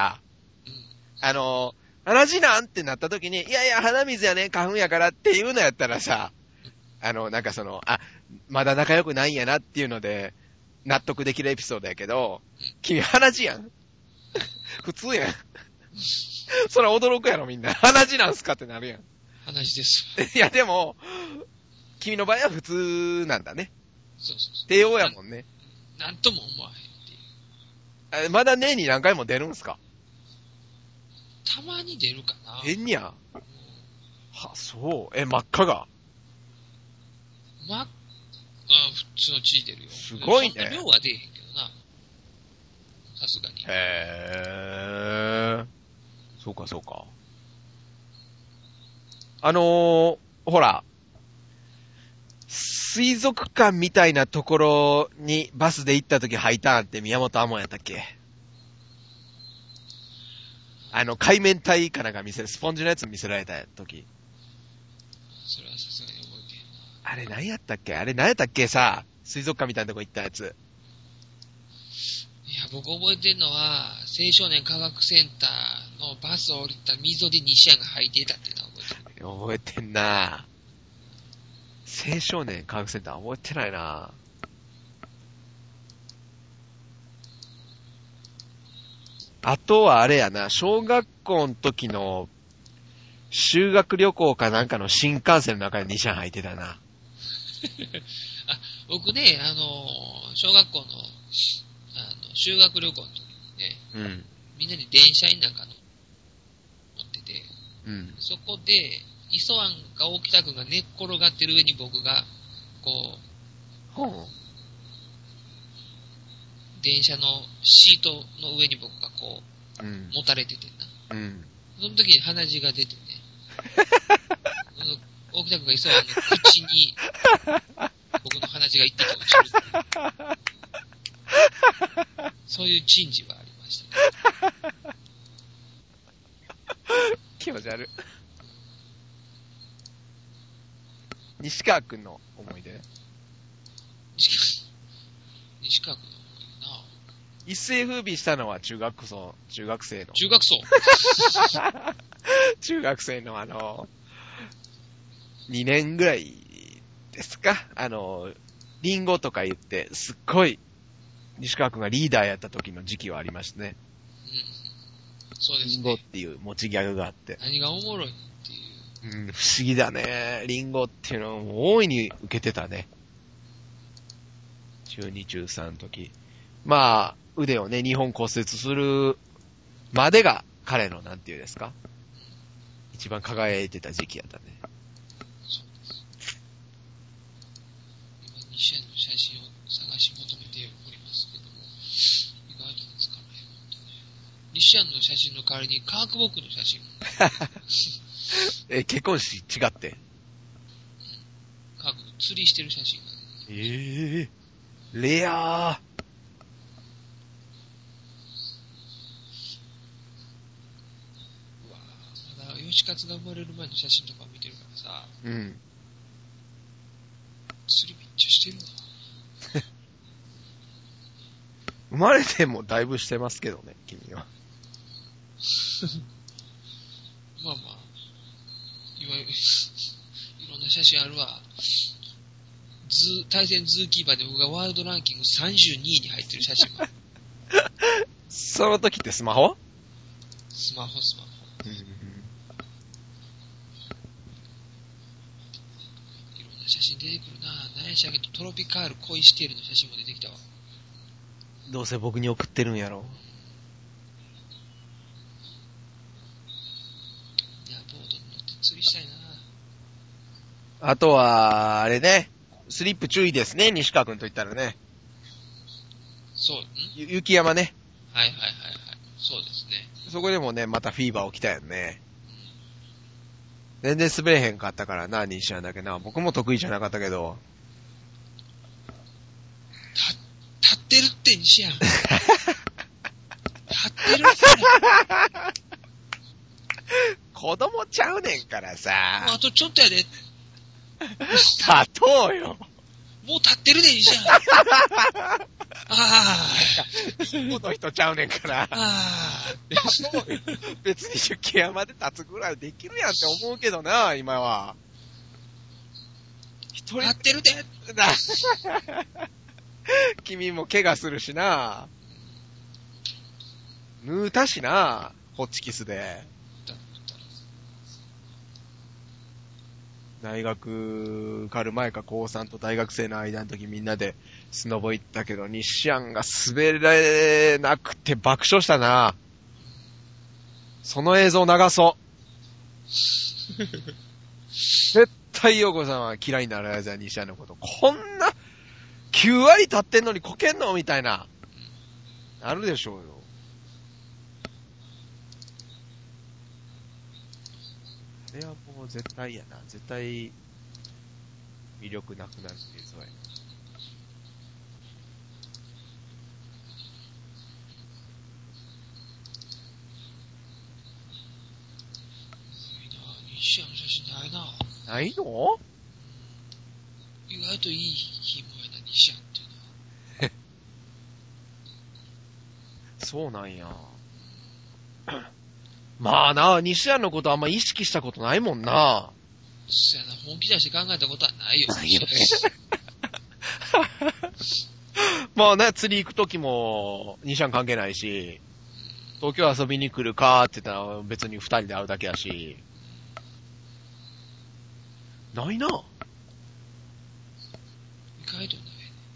話なんってなった時に、いや、鼻水やね、花粉やからっていうのやったらさ、なんかまだ仲良くないんやなっていうので、納得できるエピソードやけど、君鼻血やん。普通やん。そら驚くやろみんな。鼻血なんすかってなるやん。 鼻血です。 いやでも、君の場合は普通なんだね。 そう。 帝王やもんね。 なんとも思わへんっていう。まだ年に何回も出るんすか？ たまに出るかな。 出んにゃ。は、そう。真っ赤が。 普通の血出るよ。 すごいね。 そんな量は出えへんけどな。さすがに。 そうか。ほら、水族館みたいなところにバスで行った時吐いたんって宮本亞門やったっけ？海綿体かなんかスポンジのやつ見せられた時。 それはさすがに覚えてへんな。 あれ何やったっけさ、水族館みたいなとこ行ったやつ。 いや、僕覚えてるのは、青少年科学センターのバスを降りた溝で西谷が履いていたっていうのは覚えてる。 覚えてんな。青少年科学センター覚えてないな。あとはあれやな、小学校の時の修学旅行かなんかの新幹線の中で西谷履いてたな。 僕ね、小学校の修学旅行の時にね、みんなで電車になんか乗ってて、そこで、磯庵か大北くんが寝っ転がってる上に僕が、電車のシートの上に僕が持たれててな。その時に鼻血が出てね。 大北君がいそう口に、僕の鼻血が一滴落ちる。そういう珍事はありました、ね。 気持ち悪い。西川くんの思い出。 西川くんの思い出な。 一世風靡したのは中学生の。 中学生中学生の2年ぐらいですか。リンゴとか言って、すっごい、西川くんがリーダーやった時の時期はありましたね。 うん。そうですね。 リンゴっていう持ちギャグがあって。 何がおもろいっていう。 うん、不思議だね。リンゴっていうのを大いに受けてたね。中2、中3の時。まあ、腕をね、2本骨折するまでが彼のなんていうんですか。一番輝いてた時期やったね。 西谷の写真を探し求めておりますけども、意外と見つかないもんでね。西谷の写真の代わりにカークボックの写真も。 結婚式違って。 カーク釣りしてる写真がね。 レアー。 うわぁ、まだ吉勝が生まれる前の写真とか見てるからさ。 うん。 釣りめっちゃしてるわ。 生まれてもだいぶしてますけどね、君は。 まあまあ、いろんな写真あるわ。対戦ズーキーパーで僕がワールドランキング32位に入ってる写真もある。 その時ってスマホ。 スマホ。いろんな写真出てくるな。何やしらけどトロピカール恋しているの写真も出てきたわ。 どうせ僕に送ってるんやろ。 いや、ボードに乗って釣りしたいな。 あとは、あれね、スリップ注意ですね、西川くんと言ったらね。 そう、 雪山ね。 はい。そうですね。 そこでもね、またフィーバー起きたよね。全然滑れへんかったからな、西山だけな。僕も得意じゃなかったけど。 立ってるって西山。立ってるって。 子供ちゃうねんからさ。 あとちょっとやで。 立とうよ。 もう立ってるで西山。 リンゴの人ちゃうねんから。別に雪山で立つぐらいできるやんって思うけどな、今は。 立ってるで。 君も怪我するしな。縫うたしな、ホッチキスで。大学受かる前か高3と大学生の間の時みんなでスノボ行ったけど、西安が滑れなくて爆笑したな。その映像流そう。絶対陽子さんは嫌いになるやつや、西安のこと。こんな9割立ってんのにこけんのみたいな。あるでしょうよ。あれはもう絶対やな。絶対魅力なくなるっていう、そうや。 西山の写真ないな。 ないの？ 意外といい品もやな、西山っていうのは。 そうなんや。まあな、西安のことあんま意識したことないもんな。 そうやな、本気出して考えたことはないよ。 ないよね。まあね、釣り行くときも西安関係ないし、東京遊びに来るかって言ったら別に二人で会うだけやし。ないな。 意外とない。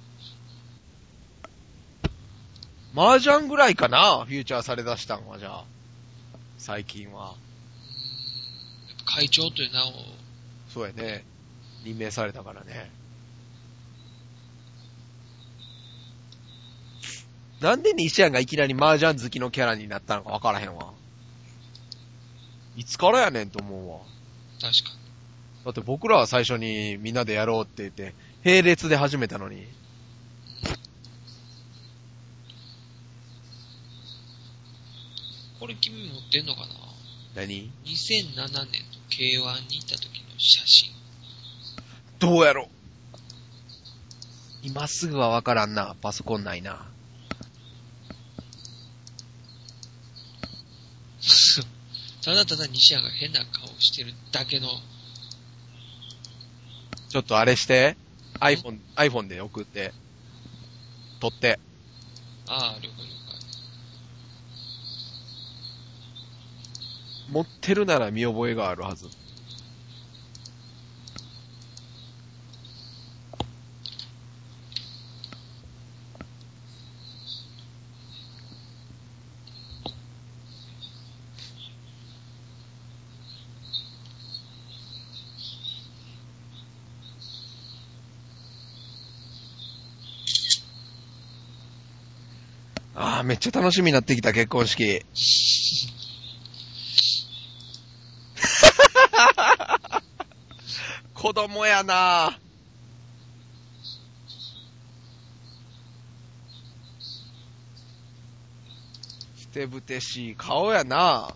麻雀ぐらいかな、フューチャーされだしたんは、じゃあ。最近は。 やっぱ会長という名を。 そうやね。任命されたからね。なんで西安がいきなり麻雀好きのキャラになったのかわからへんわ。いつからやねんと思うわ。 確かだって僕らは最初にみんなでやろうって言って、並列で始めたのに。 これ君持ってんのかな？ 何？ 2007 年の K1 に行った時の写真。 どうやろ？今すぐはわからんな。パソコンないな。 ただただ西谷が変な顔してるだけの。 ちょっとあれして。iPhone で送って。撮って。 ああ、了解了解。 持ってるなら見覚えがあるはず。ああ、めっちゃ楽しみになってきた、結婚式。子供やな。ふてぶてしい顔やな。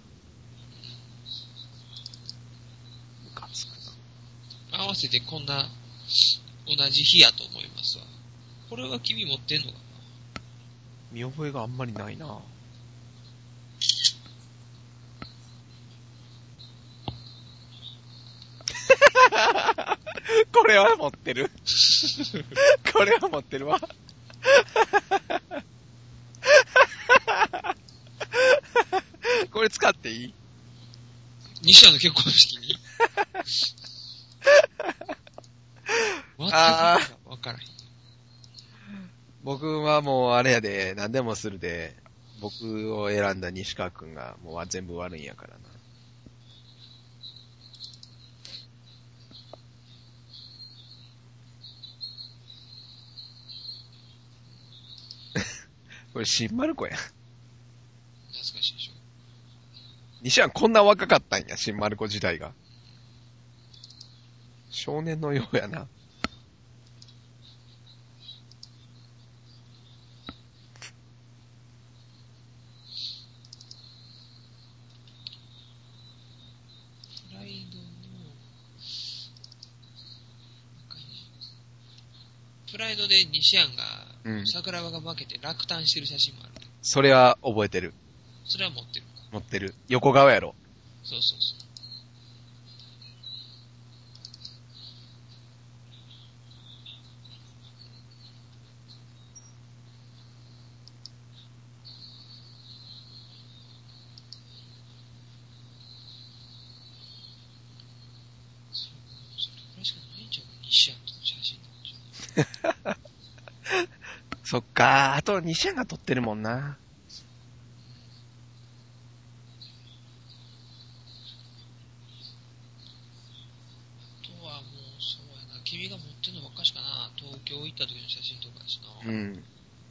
ムカつくな。合わせてこんな同じ日やと思いますわ。これは君持ってんのかな？ 見覚えがあんまりないな。これは持ってる。これは持ってるわ。これ使っていい？ 西谷の結婚式にああ、わからへん。 僕はもうあれやで、何でもするで、僕を選んだ西川くんがもう全部悪いんやからな。これ新丸子や。 懐かしいでしょ。 西はこんな若かったんや、新丸子時代が。少年のようやな。 プライドで西安が、桜庭が負けて落胆してる写真もある。 それは覚えてる。 それは持ってるか。 持ってる。横顔やろ。 そうそうそう。 そっか、あと西谷が撮ってるもんな。 あとはもうそうやな、君が持ってるのばっかしかな。東京行った時の写真とかやしな。 うん。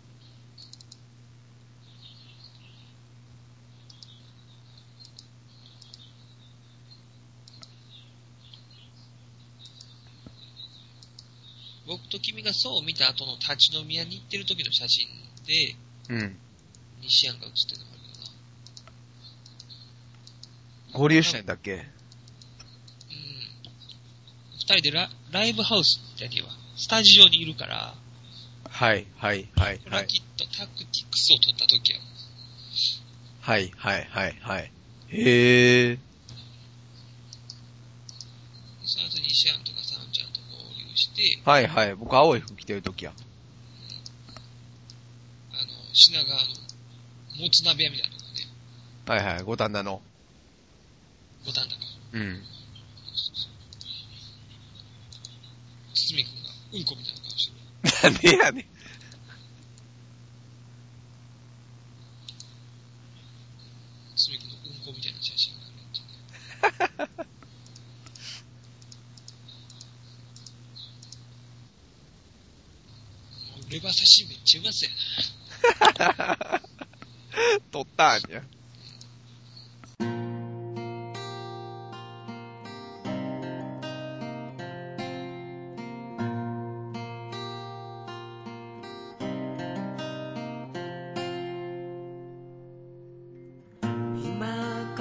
僕と君がそう見た後の立ち飲み屋に行ってる時の写真で、西安が写ってるのがあるよな。合流したんだっけ？ 二人でライブハウスじゃねえわ。スタジオにいるから。 はい、はい、はい。 これはきっとタクティクスを取った時やもん。 はい、はい、はい、はい。へえ。 その後西安とかサンちゃんと合流して。 はい、はい。僕青い服着てる時や。 品川のもつ鍋屋みたいなのがね。はいはい、五反田の。 五反田か。 うん。 堤くんがうんこみたいな顔してる。 なんでやねん。 堤くんのうんこみたいな写真があるんじゃね。レバ刺しめっちゃうまそうやな。 撮ったんや。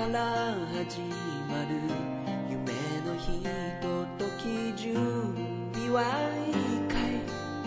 から始まる夢のひととき準備はいいかい。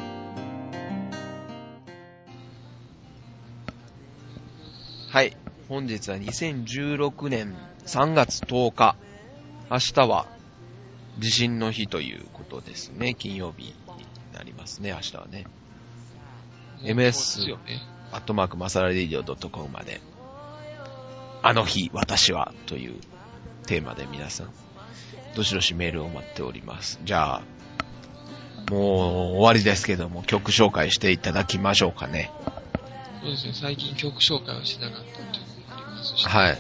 はい、本日は2016年3月10日、明日は地震の日ということですね。金曜日になりますね、明日はね。ms@masaradio.com まで、あの日私はというテーマで皆さんどしどしメールを待っております。じゃあもう終わりですけども、曲紹介していただきましょうかね。 そうですね、最近曲紹介をしなかったというのもありますし、 はい。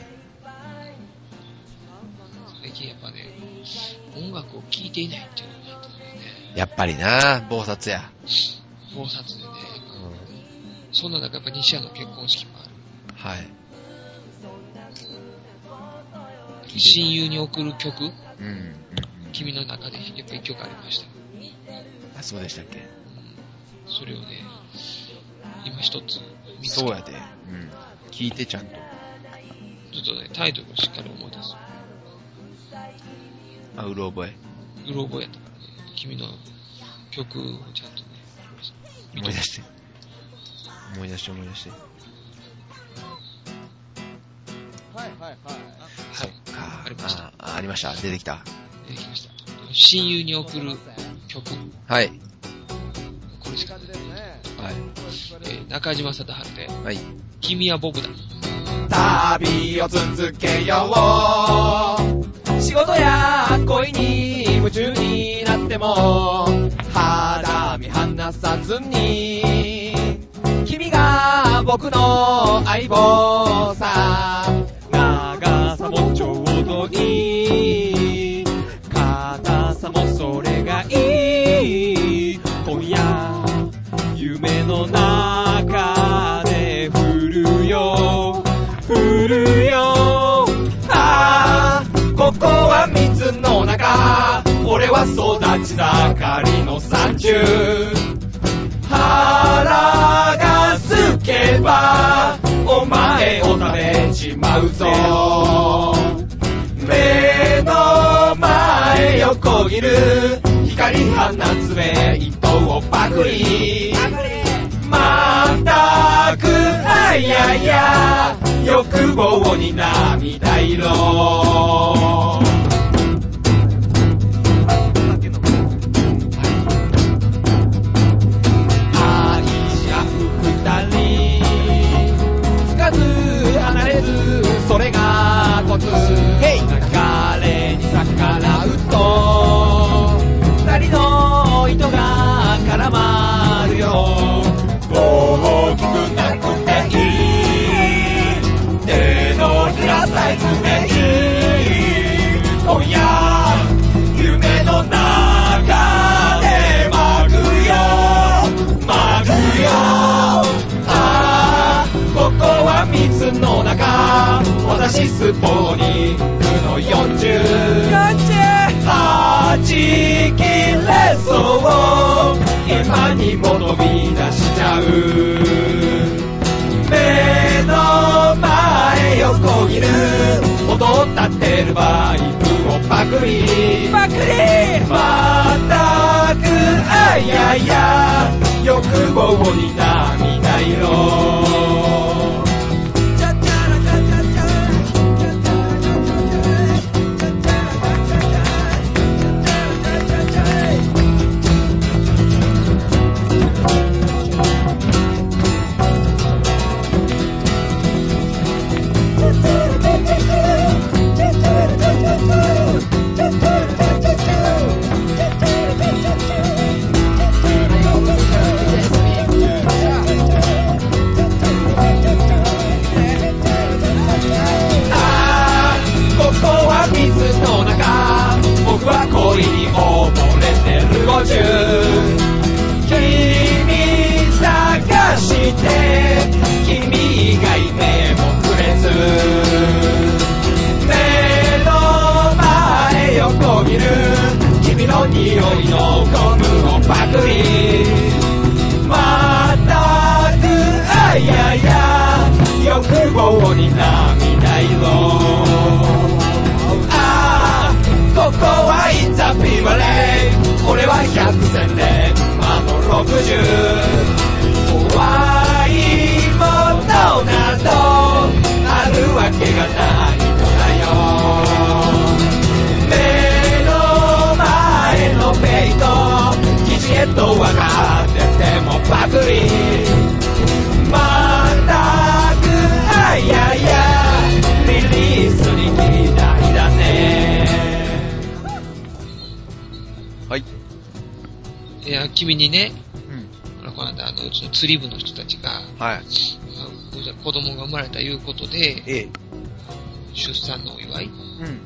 最近やっぱね、音楽を聴いていないっていうのがあったのでね。 やっぱりな、暴殺や。 暴殺でね、そんな中やっぱ西矢の結婚式もある。 はい。 親友に送る曲、 うんうんうん、 君の中でやっぱ一曲ありました。 あ、そうでしたっけ。 それをね、今一つ見つけそうやで。うん。聞いてちゃんと。 ちょっとね、タイトルをしっかり思い出す。 あ、うろ覚え。 うろ覚えやったからね、君の曲をちゃんとね、 思い出して。 はいはいはい。 そっか。 ありました。 ありました。出てきた。 出てきました。親友に送る曲。 はい。 これしかないですね。 はい。 中島貞治で、 はい。 君は僕だ。 旅を続けよう。仕事や恋に夢中になっても肌身離さずに、君が僕の相棒さ。長さもちょうどいい、硬さもそれがいい。今夜夢の中で降るよああ、ここは水の中、俺は育ち盛りの山中。腹が空けばお前を食べちまうぞ。目の前横切る光放つ目糸をパクリ。まったくあやや欲望に涙色。愛し合う二人、つかず離れず、それがコツ。流れに逆らうと二人の糸が絡まるよ。大きくなくていい、手のひらサイズでいい。今夜夢の中で巻くよ。ああ、ここは水の中、私スポーニングの40はち切れそう、今にも飛び出しちゃう。目の前横切る音立ってるバイクをパクリ。まったくあやや欲望に涙色。 肉汁怖いものなどあるわけがないのだよ。目の前のペイト生地へと分かっててもパクリまったくあいやいやリリースに期待だね。 はい。 いや、君にね、この間、うちの釣り部の人たちが、 はい。 子供が生まれたいうことで、出産のお祝い、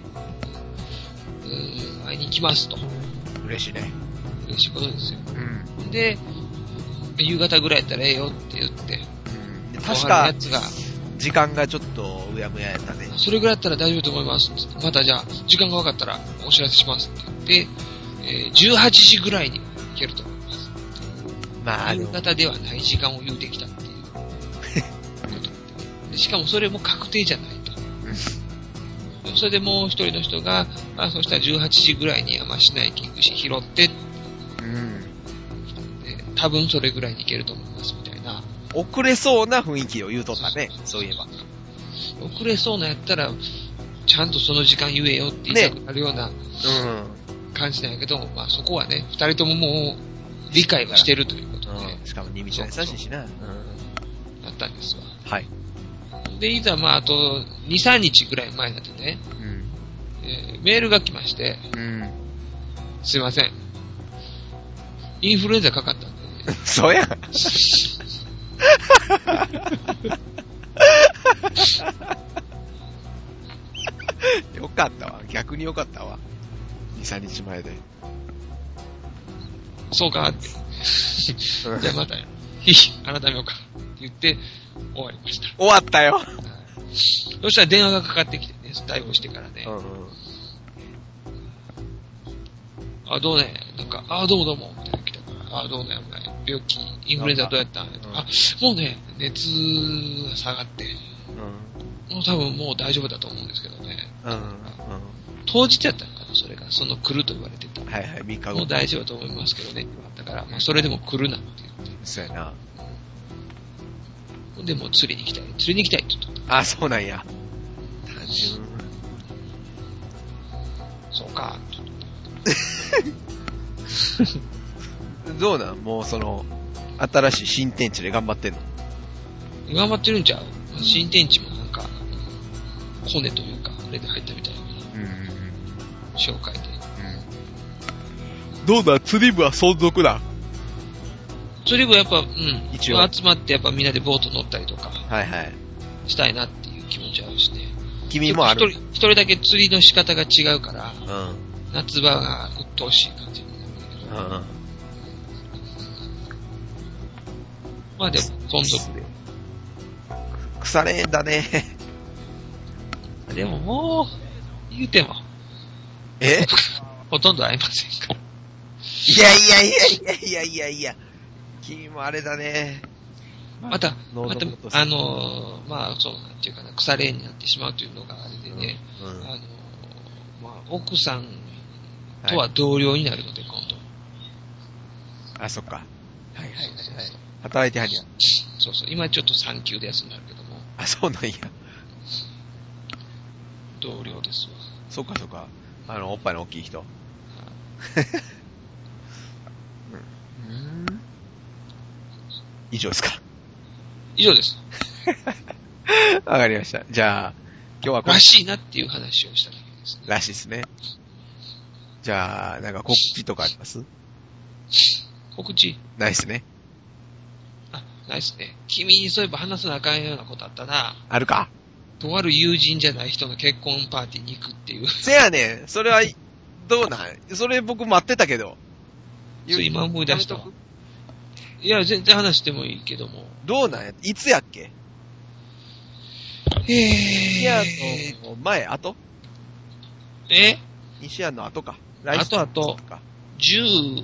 会いに行きますと。 嬉しいね。 嬉しいことですよ。で、夕方ぐらいやったらええよって言って、 確か、やつが時間がちょっとうやむややったね。 それぐらいやったら大丈夫と思いますって。またじゃあ、時間が分かったらお知らせしますって言って、18時ぐらいに行けると思います。まあ、夕方ではない時間を言うてきたっていうことで。しかもそれも確定じゃないと。それでもう一人の人が、そしたら18時ぐらいに山科駅行くし拾って、多分それぐらいに行けると思いますみたいな。 遅れそうな雰囲気を言うとったね、そういえば。 遅れそうなやったら、ちゃんとその時間言えよって言いたくなるような感じなんやけど、まあそこはね、二人とももう理解はしてるということで。 しかも2みたいに優しいしな。 やったんですわ。 はい。 で、いざまああと2、3日ぐらい前になってね、メールが来まして、すいません。インフルエンザかかったんで。 そうやん。よかったわ。逆によかったわ。2、3日前で。 そうかって。じゃあまた、改めようかって言って終わりました。 終わったよ。 そしたら電話がかかってきてね、対応してからね。どうね、なんか、どうもどうも、みたいな来たから、どうね、お前、病気、インフルエンザどうやったん、もうね、熱が下がって、もう多分もう大丈夫だと思うんですけどね。当日やったのかな、それが。その来ると言われてた。 はいはい、3日後。 もう大丈夫だと思いますけどね、って言われたから、まあそれでも来るなって言って。 そうやな。 でも釣りに行きたいって言った。 そうなんや。単純。 そうか、 どうなんもう新しい新天地で頑張ってんの？ 頑張ってるんちゃう？新天地もなんか、骨というか、あれで入ったみたいな。紹介で。 どうだ釣り部は存続だ。 釣り部はやっぱ、 一応集まってやっぱみんなでボート乗ったりとか、 はいはい。 したいなっていう気持ちはあるしね。 君もある？ 一人だけ釣りの仕方が違うから、夏場が鬱陶しい感じになるけど。まあでも、存続で。 腐れんだね。 でももう、言うても。ほとんど会えませんから。 いや。君もあれだね。 また、まあ、そうなんていうかな、腐れになってしまうというのがあれでね、まあ、奥さんとは同僚になるので、今度。 そっか。はい。働いてはんや。 そう。今ちょっと産休で休んであるけども。 そうなんや。 同僚ですわ。 そっか。おっぱいの大きい人。以上ですか？ 以上です。 わかりました。じゃあ、今日はらしいなっていう話をしただけですね。 らしいですね。じゃあ、なんか告知とかあります？ 告知？ ないっすね。 ないっすね。君にそういえば話さなあかんようなことあったな。 あるか？ とある友人じゃない人の結婚パーティーに行くっていう。 せやねん。それは、どうなん？それ僕待ってたけど。 今思い出したわ。いや、全然話してもいいけども。 どうなんや？いつやっけ？西安の前、後？西安の後か。 後。10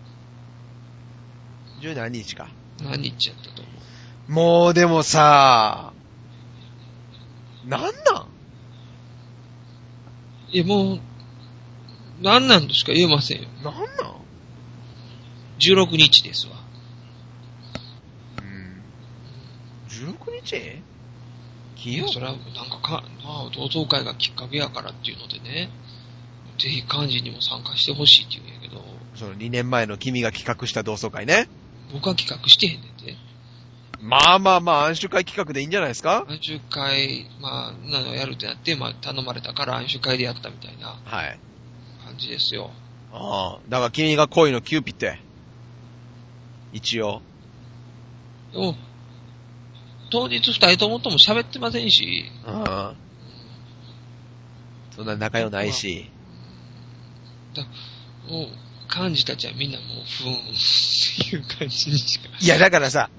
何日か。 何日やったと思う。 もうでもさ、なんなん？ いや、もう、なんなんとしか言えませんよ。 なんなん？ 16日ですわ。 日いや、それはなんか同窓会がきっかけやからっていうのでね、ぜひ幹事にも参加してほしいって言うんやけど。 その2年前の君が企画した同窓会ね。 僕は企画してへんねんで。 まあまあまあ、暗衆会企画でいいんじゃないですか？ 暗衆会、まあ、やるってなって、まあ、頼まれたから暗衆会でやったみたいな。 はい。 感じですよ。 ああ、だから君が恋のキューピッドや。一応。 でも、当日二人とも喋ってませんし。 ああ。そんな仲良ないし。 もう、幹事たちはみんなもう、ふーんっていう感じにしか。 いや、だからさ、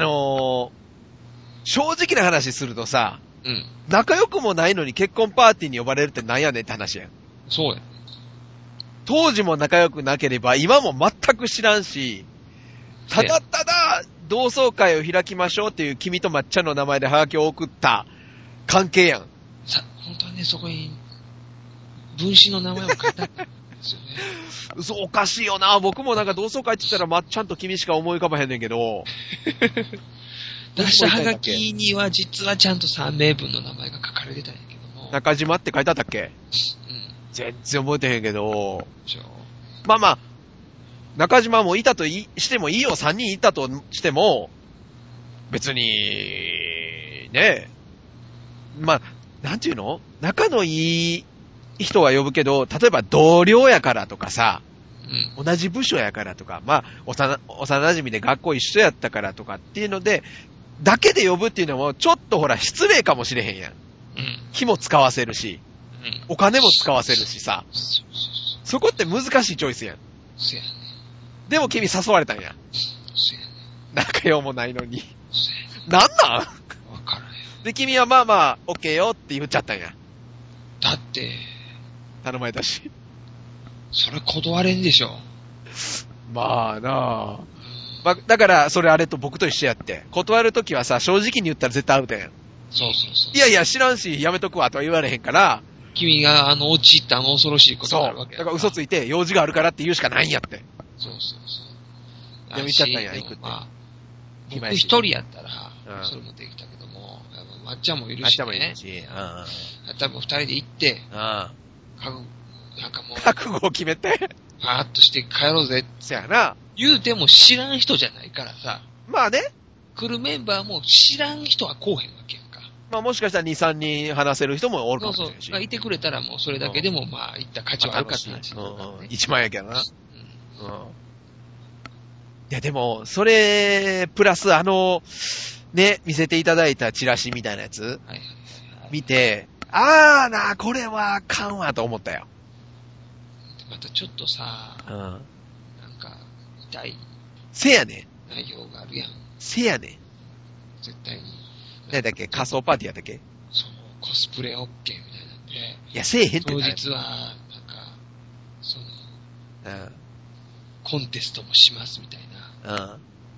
正直な話するとさ、 うん。 仲良くもないのに結婚パーティーに呼ばれるってなんやねんって話やん。 そうや。 当時も仲良くなければ、今も全く知らんし、ただただ同窓会を開きましょうっていう君と抹茶の名前でハガキを送った関係やん。 本当はね、そこに、分子の名前を書いてあったんですよね。 嘘おかしいよな。僕もなんか同窓会って言ったら抹茶と君しか思い浮かばへんねんけど。 出したハガキには実はちゃんと3名分の名前が書かれてたんやけども。 中島って書いてあったっけ？うん。全然覚えてへんけど。まあまあ、中島もいたとしてもいいよ、3人いたとしても、別に、ね、まあ、なんていうの？仲のいい人は呼ぶけど、例えば同僚やからとかさ、うん、同じ部署やからとか、まあ、幼馴染で学校一緒やったからとかっていうので、だけで呼ぶっていうのも、ちょっとほら、失礼かもしれへんやん。うん。火も使わせるし、うん、お金も使わせるしさ、そこって難しいチョイスやん。 そうやね。 でも君誘われたんや。 そうやね。 仲良もないのに。 そうやね。なんなん？ わからんよ。 で、君はまあまあ、オッケーよって言っちゃったんや。 だって、 頼まれたし。 それ断れんでしょ。 まあなあ。まあ、だから、それあれと僕と一緒やって。断るときはさ、正直に言ったら絶対アウトやん。 そうそうそう。 いやいや、知らんし、やめとくわとは言われへんから。 君が陥った恐ろしいことがあるわけや。 だから嘘ついて、用事があるからって言うしかないんやって。 そうそうそう。 でも言っちゃったんや、行くって。 まあ、僕一人やったら、それもできたけども、まっちゃんもいるし、ね。まっちゃんもいるし、多分二人で行って、なんかもう、 覚悟を決めて、 パーッとして帰ろうぜ。 そやな。 言うても知らん人じゃないからさ。 まあね。 来るメンバーも知らん人は来おへんわけやんか。 まあもしかしたら2、3人話せる人もおるかもしれないし。 そうそう。いてくれたらもうそれだけでもまあ行った価値はあるかって話、ね。 1万円やけどな。いやでも、それ、プラスね、見せていただいたチラシみたいなやつ、見て、これはあかんわと思ったよ。 またちょっとさ、なんか、痛い。 せやねん。 内容があるやん。 せやねん。 絶対に。 何だっけ？仮装パーティーやったっけ？ そう、コスプレ OK みたいなんで。 いや、せえへんって当日は、なんか、コンテストもしますみたいな。いや。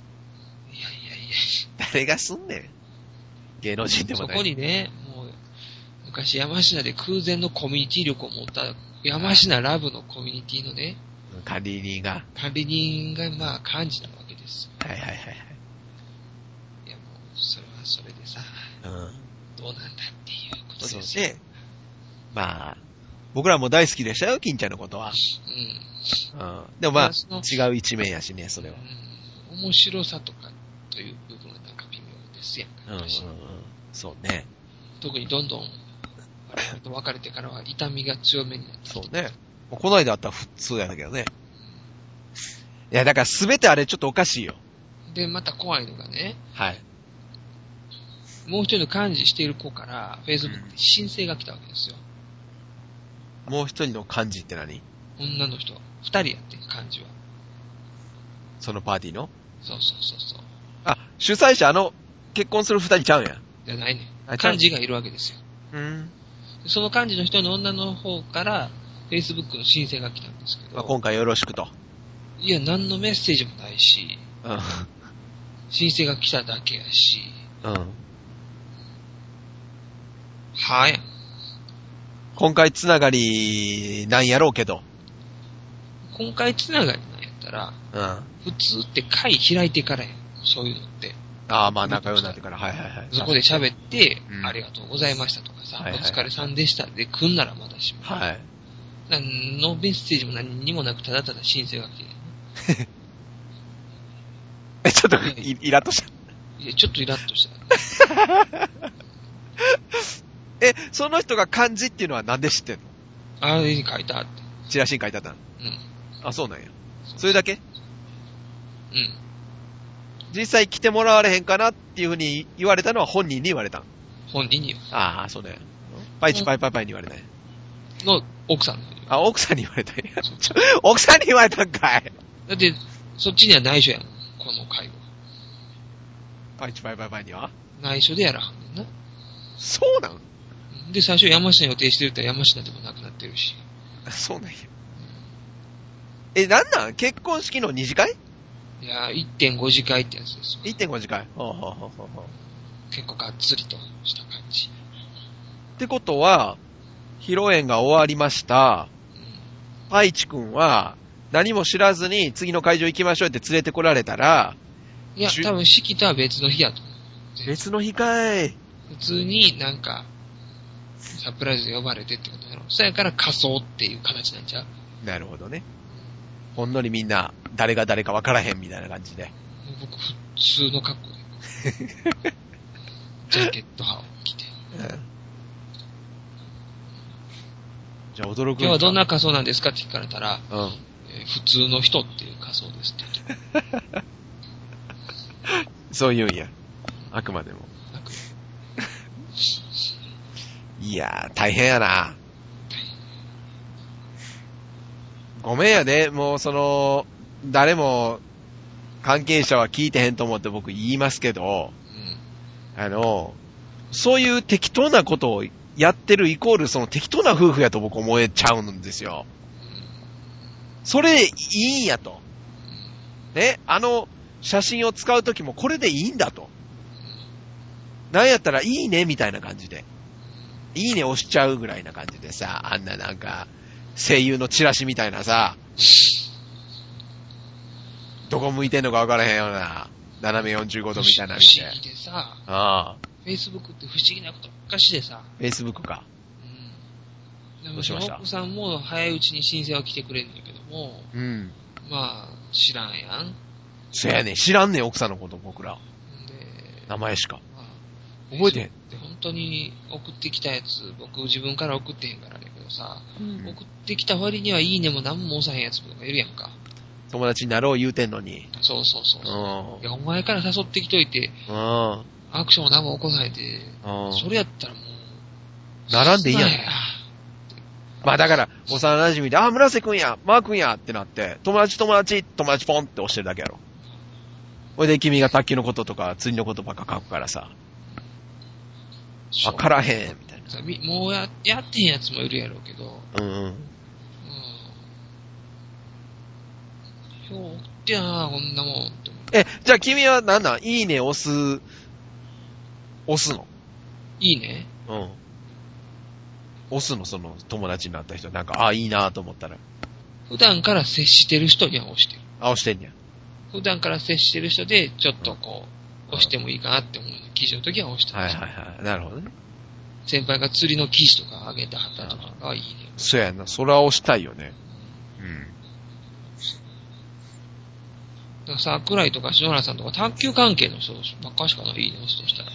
誰がすんねん。芸能人でもない。 そこにね、もう、昔山科で空前のコミュニティ力を持った山科ラブのコミュニティのね、 管理人がまあ幹事なわけです。 はいはいはい。 いやもう、それはそれでさ、どうなんだっていうことですよ。 そうね。まあ、僕らも大好きでしたよ、金ちゃんのことは。でもまあ、違う一面やしね、それは。 面白さとかという部分はなんか微妙ですやんか。 そうね。 特にどんどん、我々と別れてからは痛みが強めになってきて。 そうね。この間あったら普通やだけどね。いや、だからすべてあれちょっとおかしいよ。 で、また怖いのがね。 はい。 もう一人の幹事している子から、Facebook で申請が来たわけですよ。 もう一人の幹事って何？ 女の人。二人やって幹事は。 そのパーティーの？ そうそうそうそう。 主催者結婚する二人ちゃうんや。 じゃないね。幹事がいるわけですよ。その幹事の人の女の方から、Facebook の申請が来たんですけど。 今回よろしくと。 いや、何のメッセージもないし、申請が来ただけやし、はやん。 今回つながりなんやろうけど。 今回つながりなんやったら、普通って会開いてからやん。そういうのって。 ああ、まあ仲良くなってから、はいはいはい。 そこで喋って、ありがとうございましたとかさ、お疲れさんでしたで来んならまだしも。はい。何のメッセージも何にもなく、ただただ申請が来てちょっとイラッとした。 いや、ちょっとイラッとした。 その人が漢字っていうのはなんで知ってんの？ あれに書いたって。 チラシに書いてあったの？ うん。 あ、そうなんや。それだけ？ うん。 実際来てもらわれへんかなっていうふうに言われたのは本人に言われたん？ 本人に。 ああ、そうね。パイチパイパイパイに言われない。 の、奥さん。 あ、奥さんに言われたんや。奥さんに言われたんかい。 だって、そっちには内緒やん。この会話。 パイチパイパイパイには内緒でやらはんねんな。 そうなん？ で、最初山下に予定してるって山下でもなくなってるし。 そうなんや。なん結婚式の二次会？ いや、1.5 次会ってやつです。 1.5 次会。 結構がっつりとした感じ。 ってことは、披露宴が終わりました。パイチ君は、何も知らずに次の会場行きましょうって連れてこられたら、 いや、多分式とは別の日やと思う。 別の日かい。 普通になんか、サプライズで呼ばれてってことだろう。そやから仮装っていう形なんちゃう？ なるほどね。ほんのりみんな、誰が誰か分からへんみたいな感じで。 僕、普通の格好で。ジャケット羽を着て。 じゃあ驚く。 今日はどんな仮装なんですかって聞かれたら、普通の人っていう仮装ですって言って。 そう言うんや。あくまでも。いやー、大変やな。ごめんやで、もう誰も関係者は聞いてへんと思って僕言いますけど、そういう適当なことをやってるイコールその適当な夫婦やと僕思えちゃうんですよ。それいいんやと。ね、写真を使うときもこれでいいんだと。なんやったらいいねみたいな感じで。いいね押しちゃうぐらいな感じでさ、あんななんか、声優のチラシみたいなさ、どこ向いてんのか分からへんような、斜め45度みたいな見て。 不思議でさ、Facebook って不思議なことばっかしでさ。 Facebook か。 でも、その奥さんも早いうちに申請は来てくれるんだけども、まあ、知らんやん。 そうやねん、知らんねん、奥さんのこと、僕ら。名前しか。覚えてへん。 本当に送ってきたやつ、僕自分から送ってへんからだけどさ、送ってきた割にはいいねも何も押さへんやつとかいるやんか。 友達になろう言うてんのに。 そうそうそう。いや、お前から誘ってきといて、アクションも何も起こさないで、それやったらもう、 並んでいいやん。まあだから、幼馴染で、村瀬くんや、マーくんやってなって、友達ポンって押してるだけやろ。それで君が卓球のこととか、釣りのことばっか書くからさ。わからへん、みたいな。もうやってへんやつもいるやろうけど。今日送ってやな、こんなもん。 じゃあ君は何なん？いいね押すの？ いいね？ 押すの、その友達になった人。なんか、いいなと思ったら。 普段から接してる人には押してる。 押してんや。 普段から接してる人で、ちょっとこう、押してもいいかなって思う記事の時は押してる。 なるほどね。 先輩が釣りの記事とか上げてはったとかがいいね。 そうやな。それは押したいよね。 だから桜井とか篠原さんとか卓球関係の人ばっかしかないいね押すとしたら。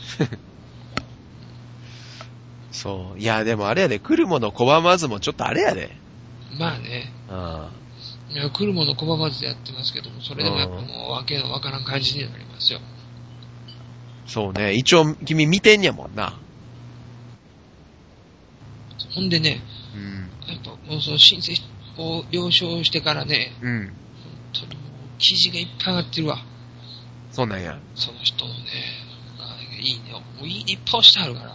そう。いや、でもあれやで、来るもの拒まずもちょっとあれやで。 まあね。いや、来るもの拒まずやってますけども、それでもやっぱもうわけのわからん感じになりますよ。 そうね。一応、君見てんやもんな。 ほんでね、やっぱもうその申請を了承してからね、本当にもう記事がいっぱい上がってるわ。 そうなんや。 その人のね、いいねを、もういいねいっぱい押してあるから。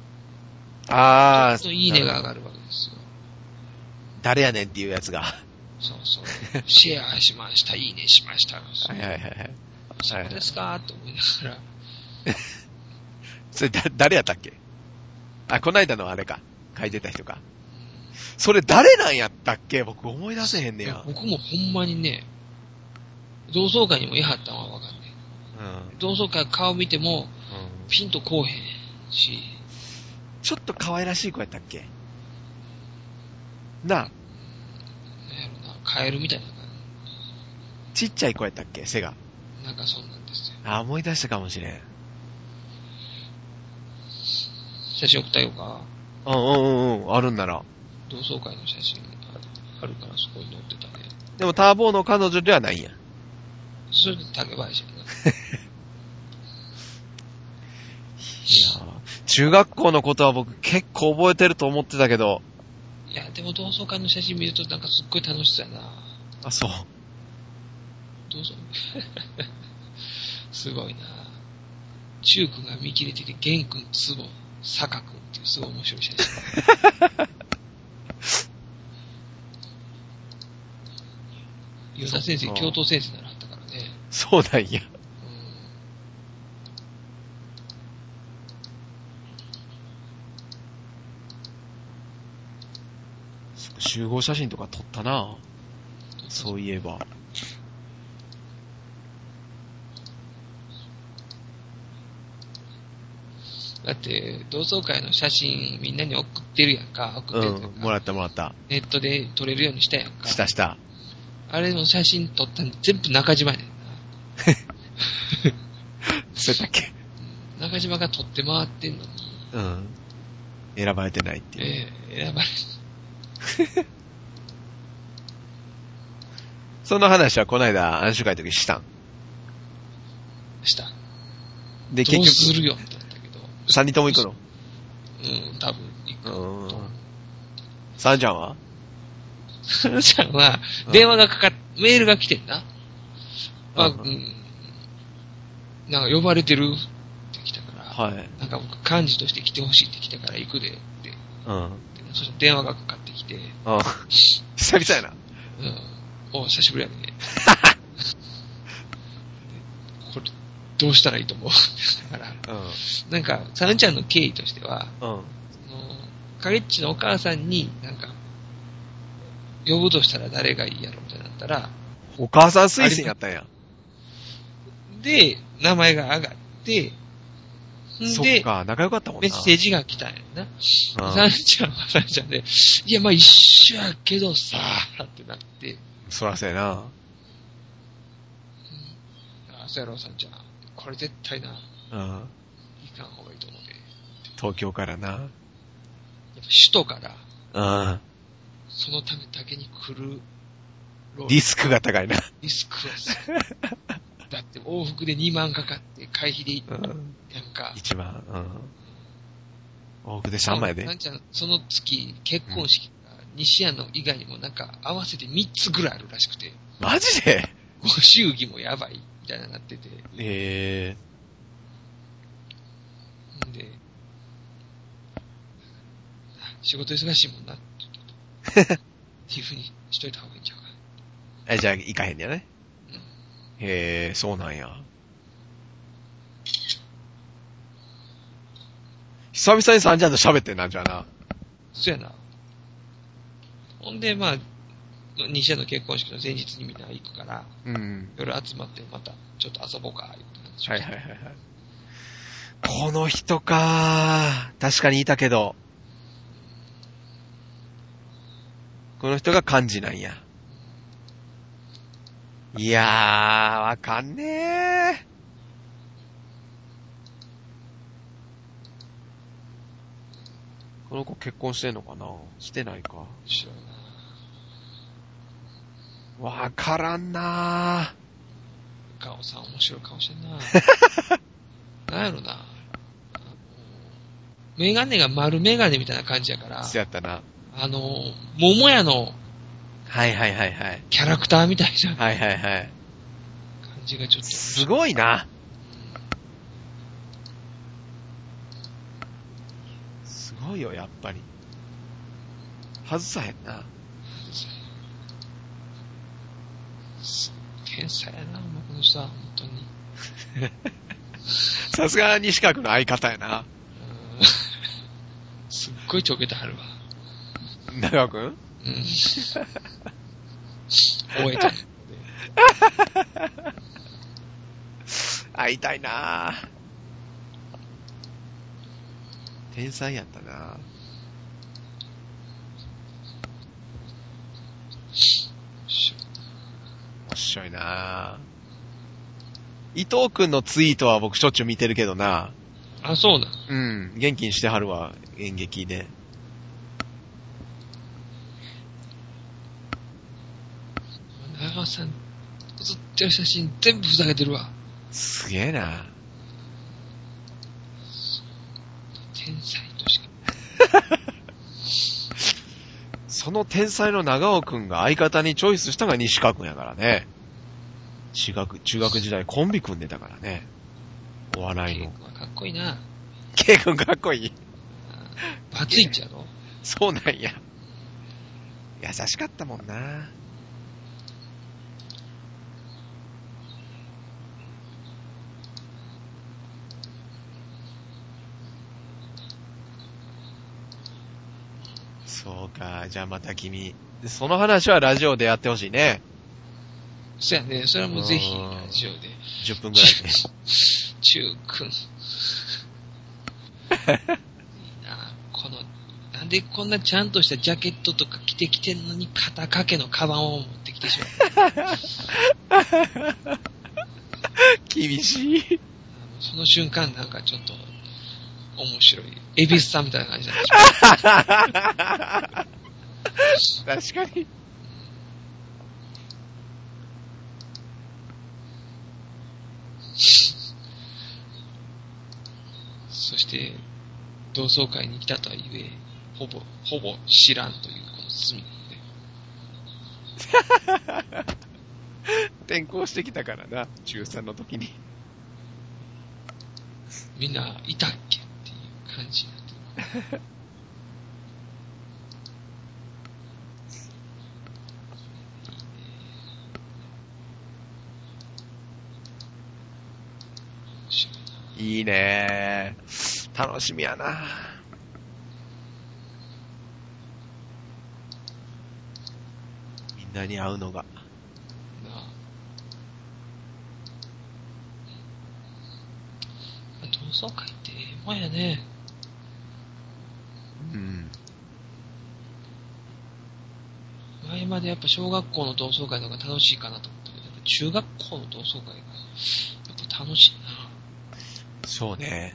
ちょっといいねが上がるわけですよ。 誰やねんっていうやつが。 そうそう。シェアしました、いいねしました。そうですかって思いながら。 それ誰やったっけ？こないだのあれか。書いてた人か。それ誰なんやったっけ？僕思い出せへんねや。 僕もほんまにね、同窓会にもいはったのはわかんね同窓会顔見ても、ピンとこうへんし。 ちょっと可愛らしい子やったっけなあ。 なんやろな、カエルみたいな感じ。ちっちゃい子やったっけ背が。 なんかそうなんですよ。 あ、思い出したかもしれん。 写真送ったよか。 あるんなら。 同窓会の写真あるからそこに載ってたね。 でもターボーの彼女ではないんや。 それで竹林やな。 いや中学校のことは僕結構覚えてると思ってたけど。 いや、でも同窓会の写真見るとなんかすっごい楽しそうやな。 あ、そう。 どうぞ。すごいな。中君が見切れてて、玄君、坪、坂君っていうすごい面白い写真。与田先生、教頭先生ならあったからね。 そうなんや。集合写真とか撮ったな。そういえば。 だって、同窓会の写真みんなに送ってるやんか。送ってるやんか。 もらったもらった。 ネットで撮れるようにしたやんか。 した。 あれの写真撮ったの全部中島やねんな。 そうだっけ。 中島が撮って回ってんのに。 選ばれてないっていう。 選ばれその話はこの間、暗集会の時したん。で、結局。 どうするよって言ったけど。 3人とも行くの？ 多分行く。 サンちゃんは？ サンちゃんは、電話がメールが来てんな。なんか呼ばれてるって来たから、なんか僕幹事として来てほしいって来たから行くでって。そして電話がかかってきて。 久々やな。 久しぶりやね。これ、どうしたらいいと思うだから、なんか、サンちゃんの経緯としては、カレッチのお母さんになんか、呼ぶとしたら誰がいいやろみたいになったら、 お母さん推薦やったんや。 で、名前が上がって、 そっか、仲良かったもんな。 メッセージが来たんやな。サンちゃんはサンちゃんで、いや、まあ一緒やけどさ、ってなって。 そらそうやな。 そうやろ、サンちゃん。これ絶対な。いかん方がいいと思うで。 東京からな。 やっぱ首都から、そのためだけに来るリスクが高いな。 リスクはさ。だって往復で2万かかって会費でやんか。 1万。往復で3万やで。 サンちゃん、その月、結婚式が西屋の以外にもなんか合わせて3つぐらいあるらしくて。 マジで？ ご祝儀もやばいみたいななってて。で、仕事忙しいもんなって言ってっていう風にしといた方がいいんちゃうか。 じゃあ行かへんねやね。そうなんや。久々にサンちゃんと喋ってんな、じゃあな。 そうやな。ほんで、まあ、西屋の結婚式の前日にみんな行くから、夜集まってまたちょっと遊ぼうか、いう話をして。 この人かー。確かにいたけど。この人が幹事なんや。いやー、わかんねー。この子結婚してんのかな？してないか。 知らんな。わからんなー。ガオさん面白い顔してんななんやろな。メガネが丸メガネみたいな感じやから。 そうやったな。 桃屋の、 はい。 キャラクターみたいな。 感じがちょっと。 すごいな。すごいよ、やっぱり。外さへんな。 天才やな、この人は、本当に。 さすが西川君の相方やな。 すっごいちょけてはるわ。 長川君？終えた。 会いたいなぁ。天才やったなぁ。面白いなぁ。伊藤くんのツイートは僕しょっちゅう見てるけどな。 あ、そうだ。 うん。元気にしてはるわ。演劇で。 長尾さん、写ってる写真全部ふざけてるわ。 すげえな。 天才としか。 その天才の長尾くんが相方にチョイスしたのが西川くんやからね。中学時代コンビ組んでたからね。お笑いの。 ケイ君はかっこいいな。 ケイ君かっこいい。 バツイチやろ。 そうなんや。優しかったもんな。そうか、じゃあまた君、その話はラジオでやってほしいね。 そうやね、それはもうぜひラジオで。 10分くらいで。 中くん。いいな、なんでこんなちゃんとしたジャケットとか着てきてんのに肩掛けのカバンを持ってきてしまう。 厳しい。 その瞬間なんかちょっと面白い。エビスさんみたいな感じになってしまう。 確かに。 そして同窓会に来たとはいえほぼ知らんというこの罪ね。転校してきたからな、中3の時に。 みんないたっけっていう感じになってる。 いいねー。楽しみやな。みんなに会うのが。 なあ。同窓会ってもんやね。 うん。 前までやっぱ小学校の同窓会とか楽しいかなと思ったけど、やっぱ中学校の同窓会がやっぱ楽しいな。 そうね。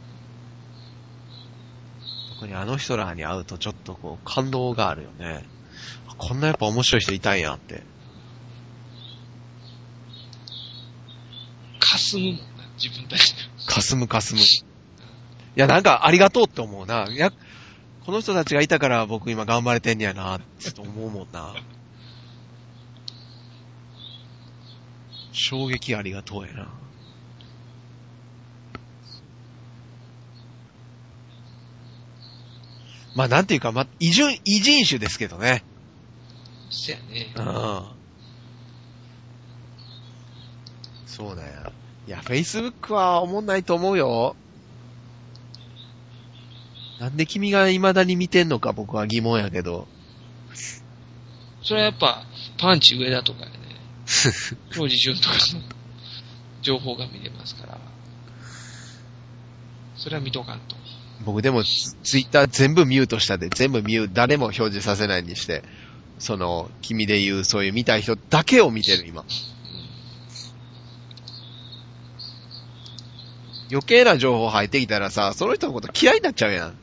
特にあの人らに会うとちょっとこう感動があるよね。こんなやっぱ面白い人いたんやって。 かすむもんな、自分たちが。 かすむ。いや、なんかありがとうって思うな。いや、この人たちがいたから僕今頑張れてんねやなって思うもんな。衝撃ありがとうやな。まあなんていうか、異人種ですけどね。 そやね。 うん。そうだよ。いや、Facebook は思んないと思うよ。なんで君が未だに見てんのか僕は疑問やけど。 それはやっぱ、パンチ上田とかやね。教授順とかの情報が見れますから。それは見とかんと。 僕でもツイッター全部ミュートしたで、全部誰も表示させないにして、君で言うそういう見たい人だけを見てる今。余計な情報入ってきたらさ、その人のこと嫌いになっちゃうやん。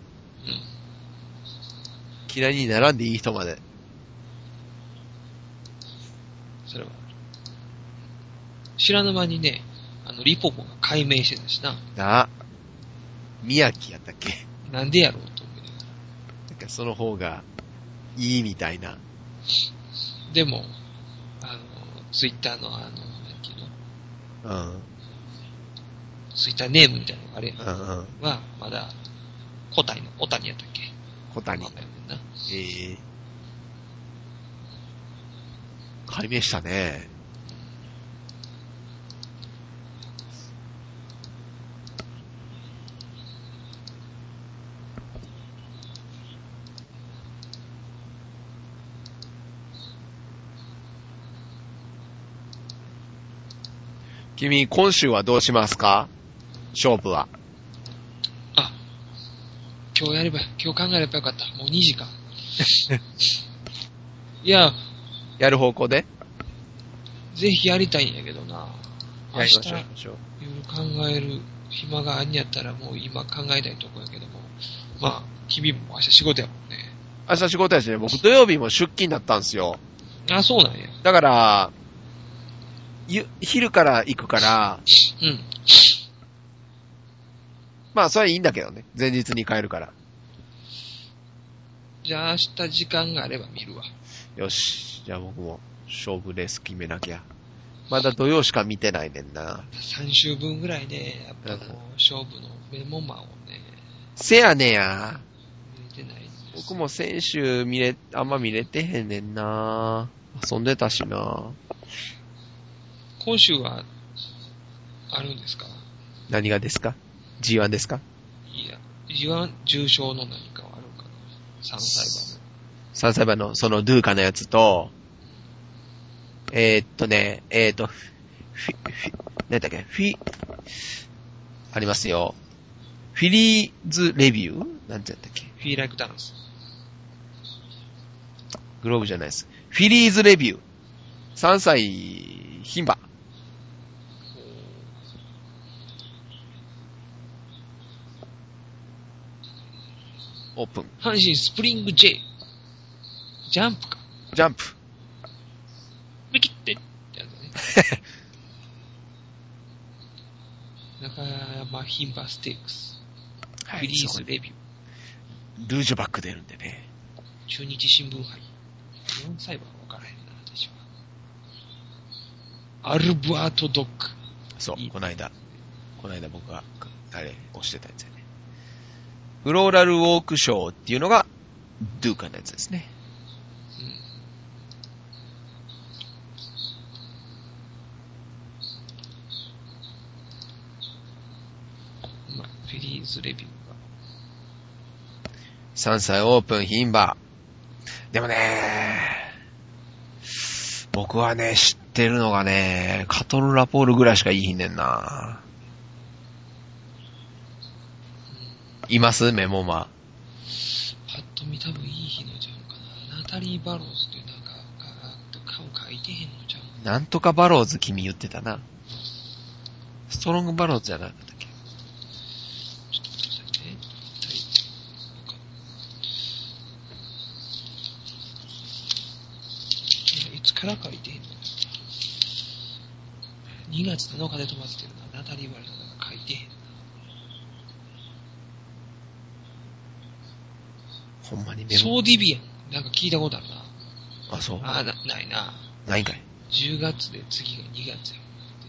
嫌いにならんでいい人まで。 それは。知らぬ間にね、リポポが解明してたしな。 宮城やったっけ？ なんでやろうと思う。 なんかその方がいいみたいな。 でも、ツイッターのなんていうの？ うん。 ツイッターネームみたいなのがあれ、 うんうん。 は、まだ、小谷やったっけ？ 小谷。解明したね。 君、今週はどうしますか？勝負は。 あ、今日考えればよかった。もう2時か。いや、 やる方向で？ ぜひやりたいんやけどな。 やりましょう。 夜考える暇があんやったらもう今考えたいとこやけども。まあ、君も明日仕事やもんね。 明日仕事やしね、僕土曜日も出勤だったんですよ。 あ、そうなんや。 だから、昼から行くから、 うん。 まあ、それはいいんだけどね。前日に帰るから。 じゃあ明日時間があれば見るわ。 よし。じゃあ僕も勝負レース決めなきゃ。まだ土曜しか見てないねんな。 3週分ぐらいね、やっぱもう勝負のメモマをね。 せやねや。 見れてないんです。 僕も先週あんま見れてへんねんな。遊んでたしな。 今週は、あるんですか？ 何がですか？ G1 ですか？ いや、G1 重賞の何かはあるんかな？ 3 歳馬の。 3歳馬のそのドゥーカのやつと、何だっけ？ありますよ。フィリーズレビュー？なんてやったっけ？ フィーライクダンス。 グローブじゃないです。フィリーズレビュー。3歳牝馬。オープン。 阪神スプリング J。ジャンプか。 ジャンプ。 見切ってってやつだね。中山牝馬ステークス。 はい、 フィリーズレビュー。 ルージュバック出るんでね。 中日新聞杯。4歳馬は分からへんな、私は。アルバートドッグ。 そう、この間僕が、押してたやつやね。フローラルウォークショーっていうのが、ドゥーカのやつですね。 うん。まあ、フィリーズレビューが。 3歳オープン牝馬。でもね、僕はね、知ってるのがね、カトルラポールぐらいしかいいひんねんな。いますメモマ。 パッと見多分いい日のちゃうかな。ナタリー・バローズっていうなんか、顔書いてへんのちゃう。 なんとかバローズ君言ってたな。ストロングバローズじゃなかったっけ？ ちょっと待ってくださいね。いつから書いてへんの？ 2 月7日で飛ばしてるな。ナタリー・バローズなんか書いてへん。 ほんまにソーディビアン。なんか聞いたことあるな。 あ、そう？ ないな。 ないんかい。 10月で次が2月や。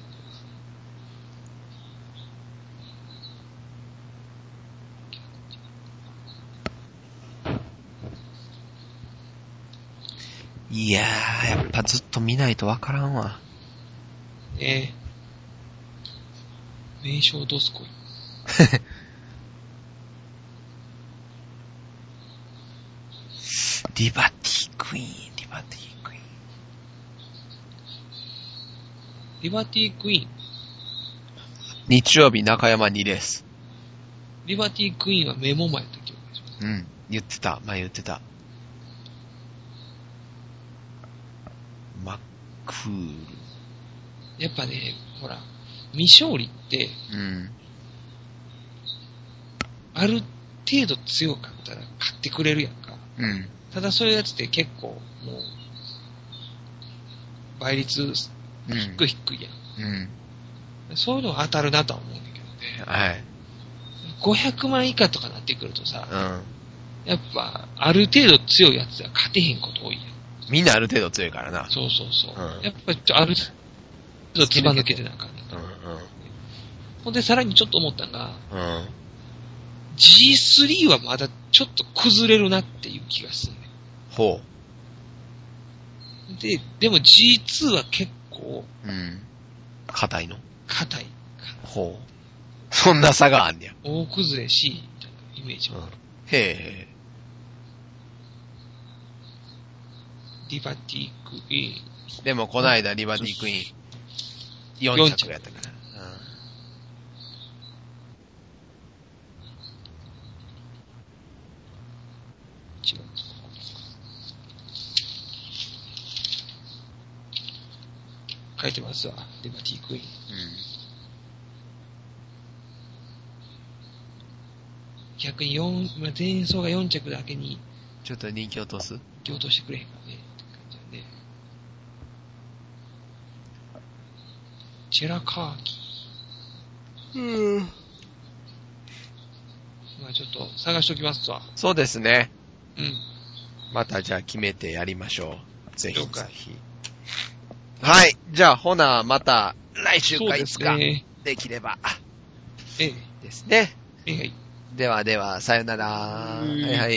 いやー、やっぱずっと見ないとわからんわ。 名称どすこい。 リバティクイーン。 リバティクイーン。 日曜日中山2レース。 リバティクイーンはメモ前やったっけ？ うん、前言ってた。マックール。 やっぱね、ほら、未勝利って、ある程度強かったら勝ってくれるやんか。ただそういうやつって結構もう、倍率低いやん。そういうのは当たるなとは思うんだけどね。 はい。 500万以下とかなってくるとさ、やっぱ、ある程度強いやつは勝てへんこと多いやん。 みんなある程度強いからな。 そう。やっぱある程度つば抜けてなあかんねん。ほんでさらにちょっと思ったのが、G3 はまだちょっと崩れるなっていう気がするね。 ほう。 でも G2 は結構、 硬いの？ 硬い。 ほう。そんな差があんねや。 大崩れし、みたいなイメージもある。 へえ。 リバティクイーン。 でもこないだリバティクイーン、 4着やったから。 違う。書いてますわ。リバティクイーン。逆に今前走が4着だけに。 ちょっと人気落とす？ 人気落としてくれへんかね。って感じだね。チェラカーキ。まあちょっと探しておきますわ。 そうですね。 うん。 またじゃあ決めてやりましょう。ぜひぜひ。はい。じゃあほな、また来週かいつかできれば。ですね。ではでは、さよなら。はいはい。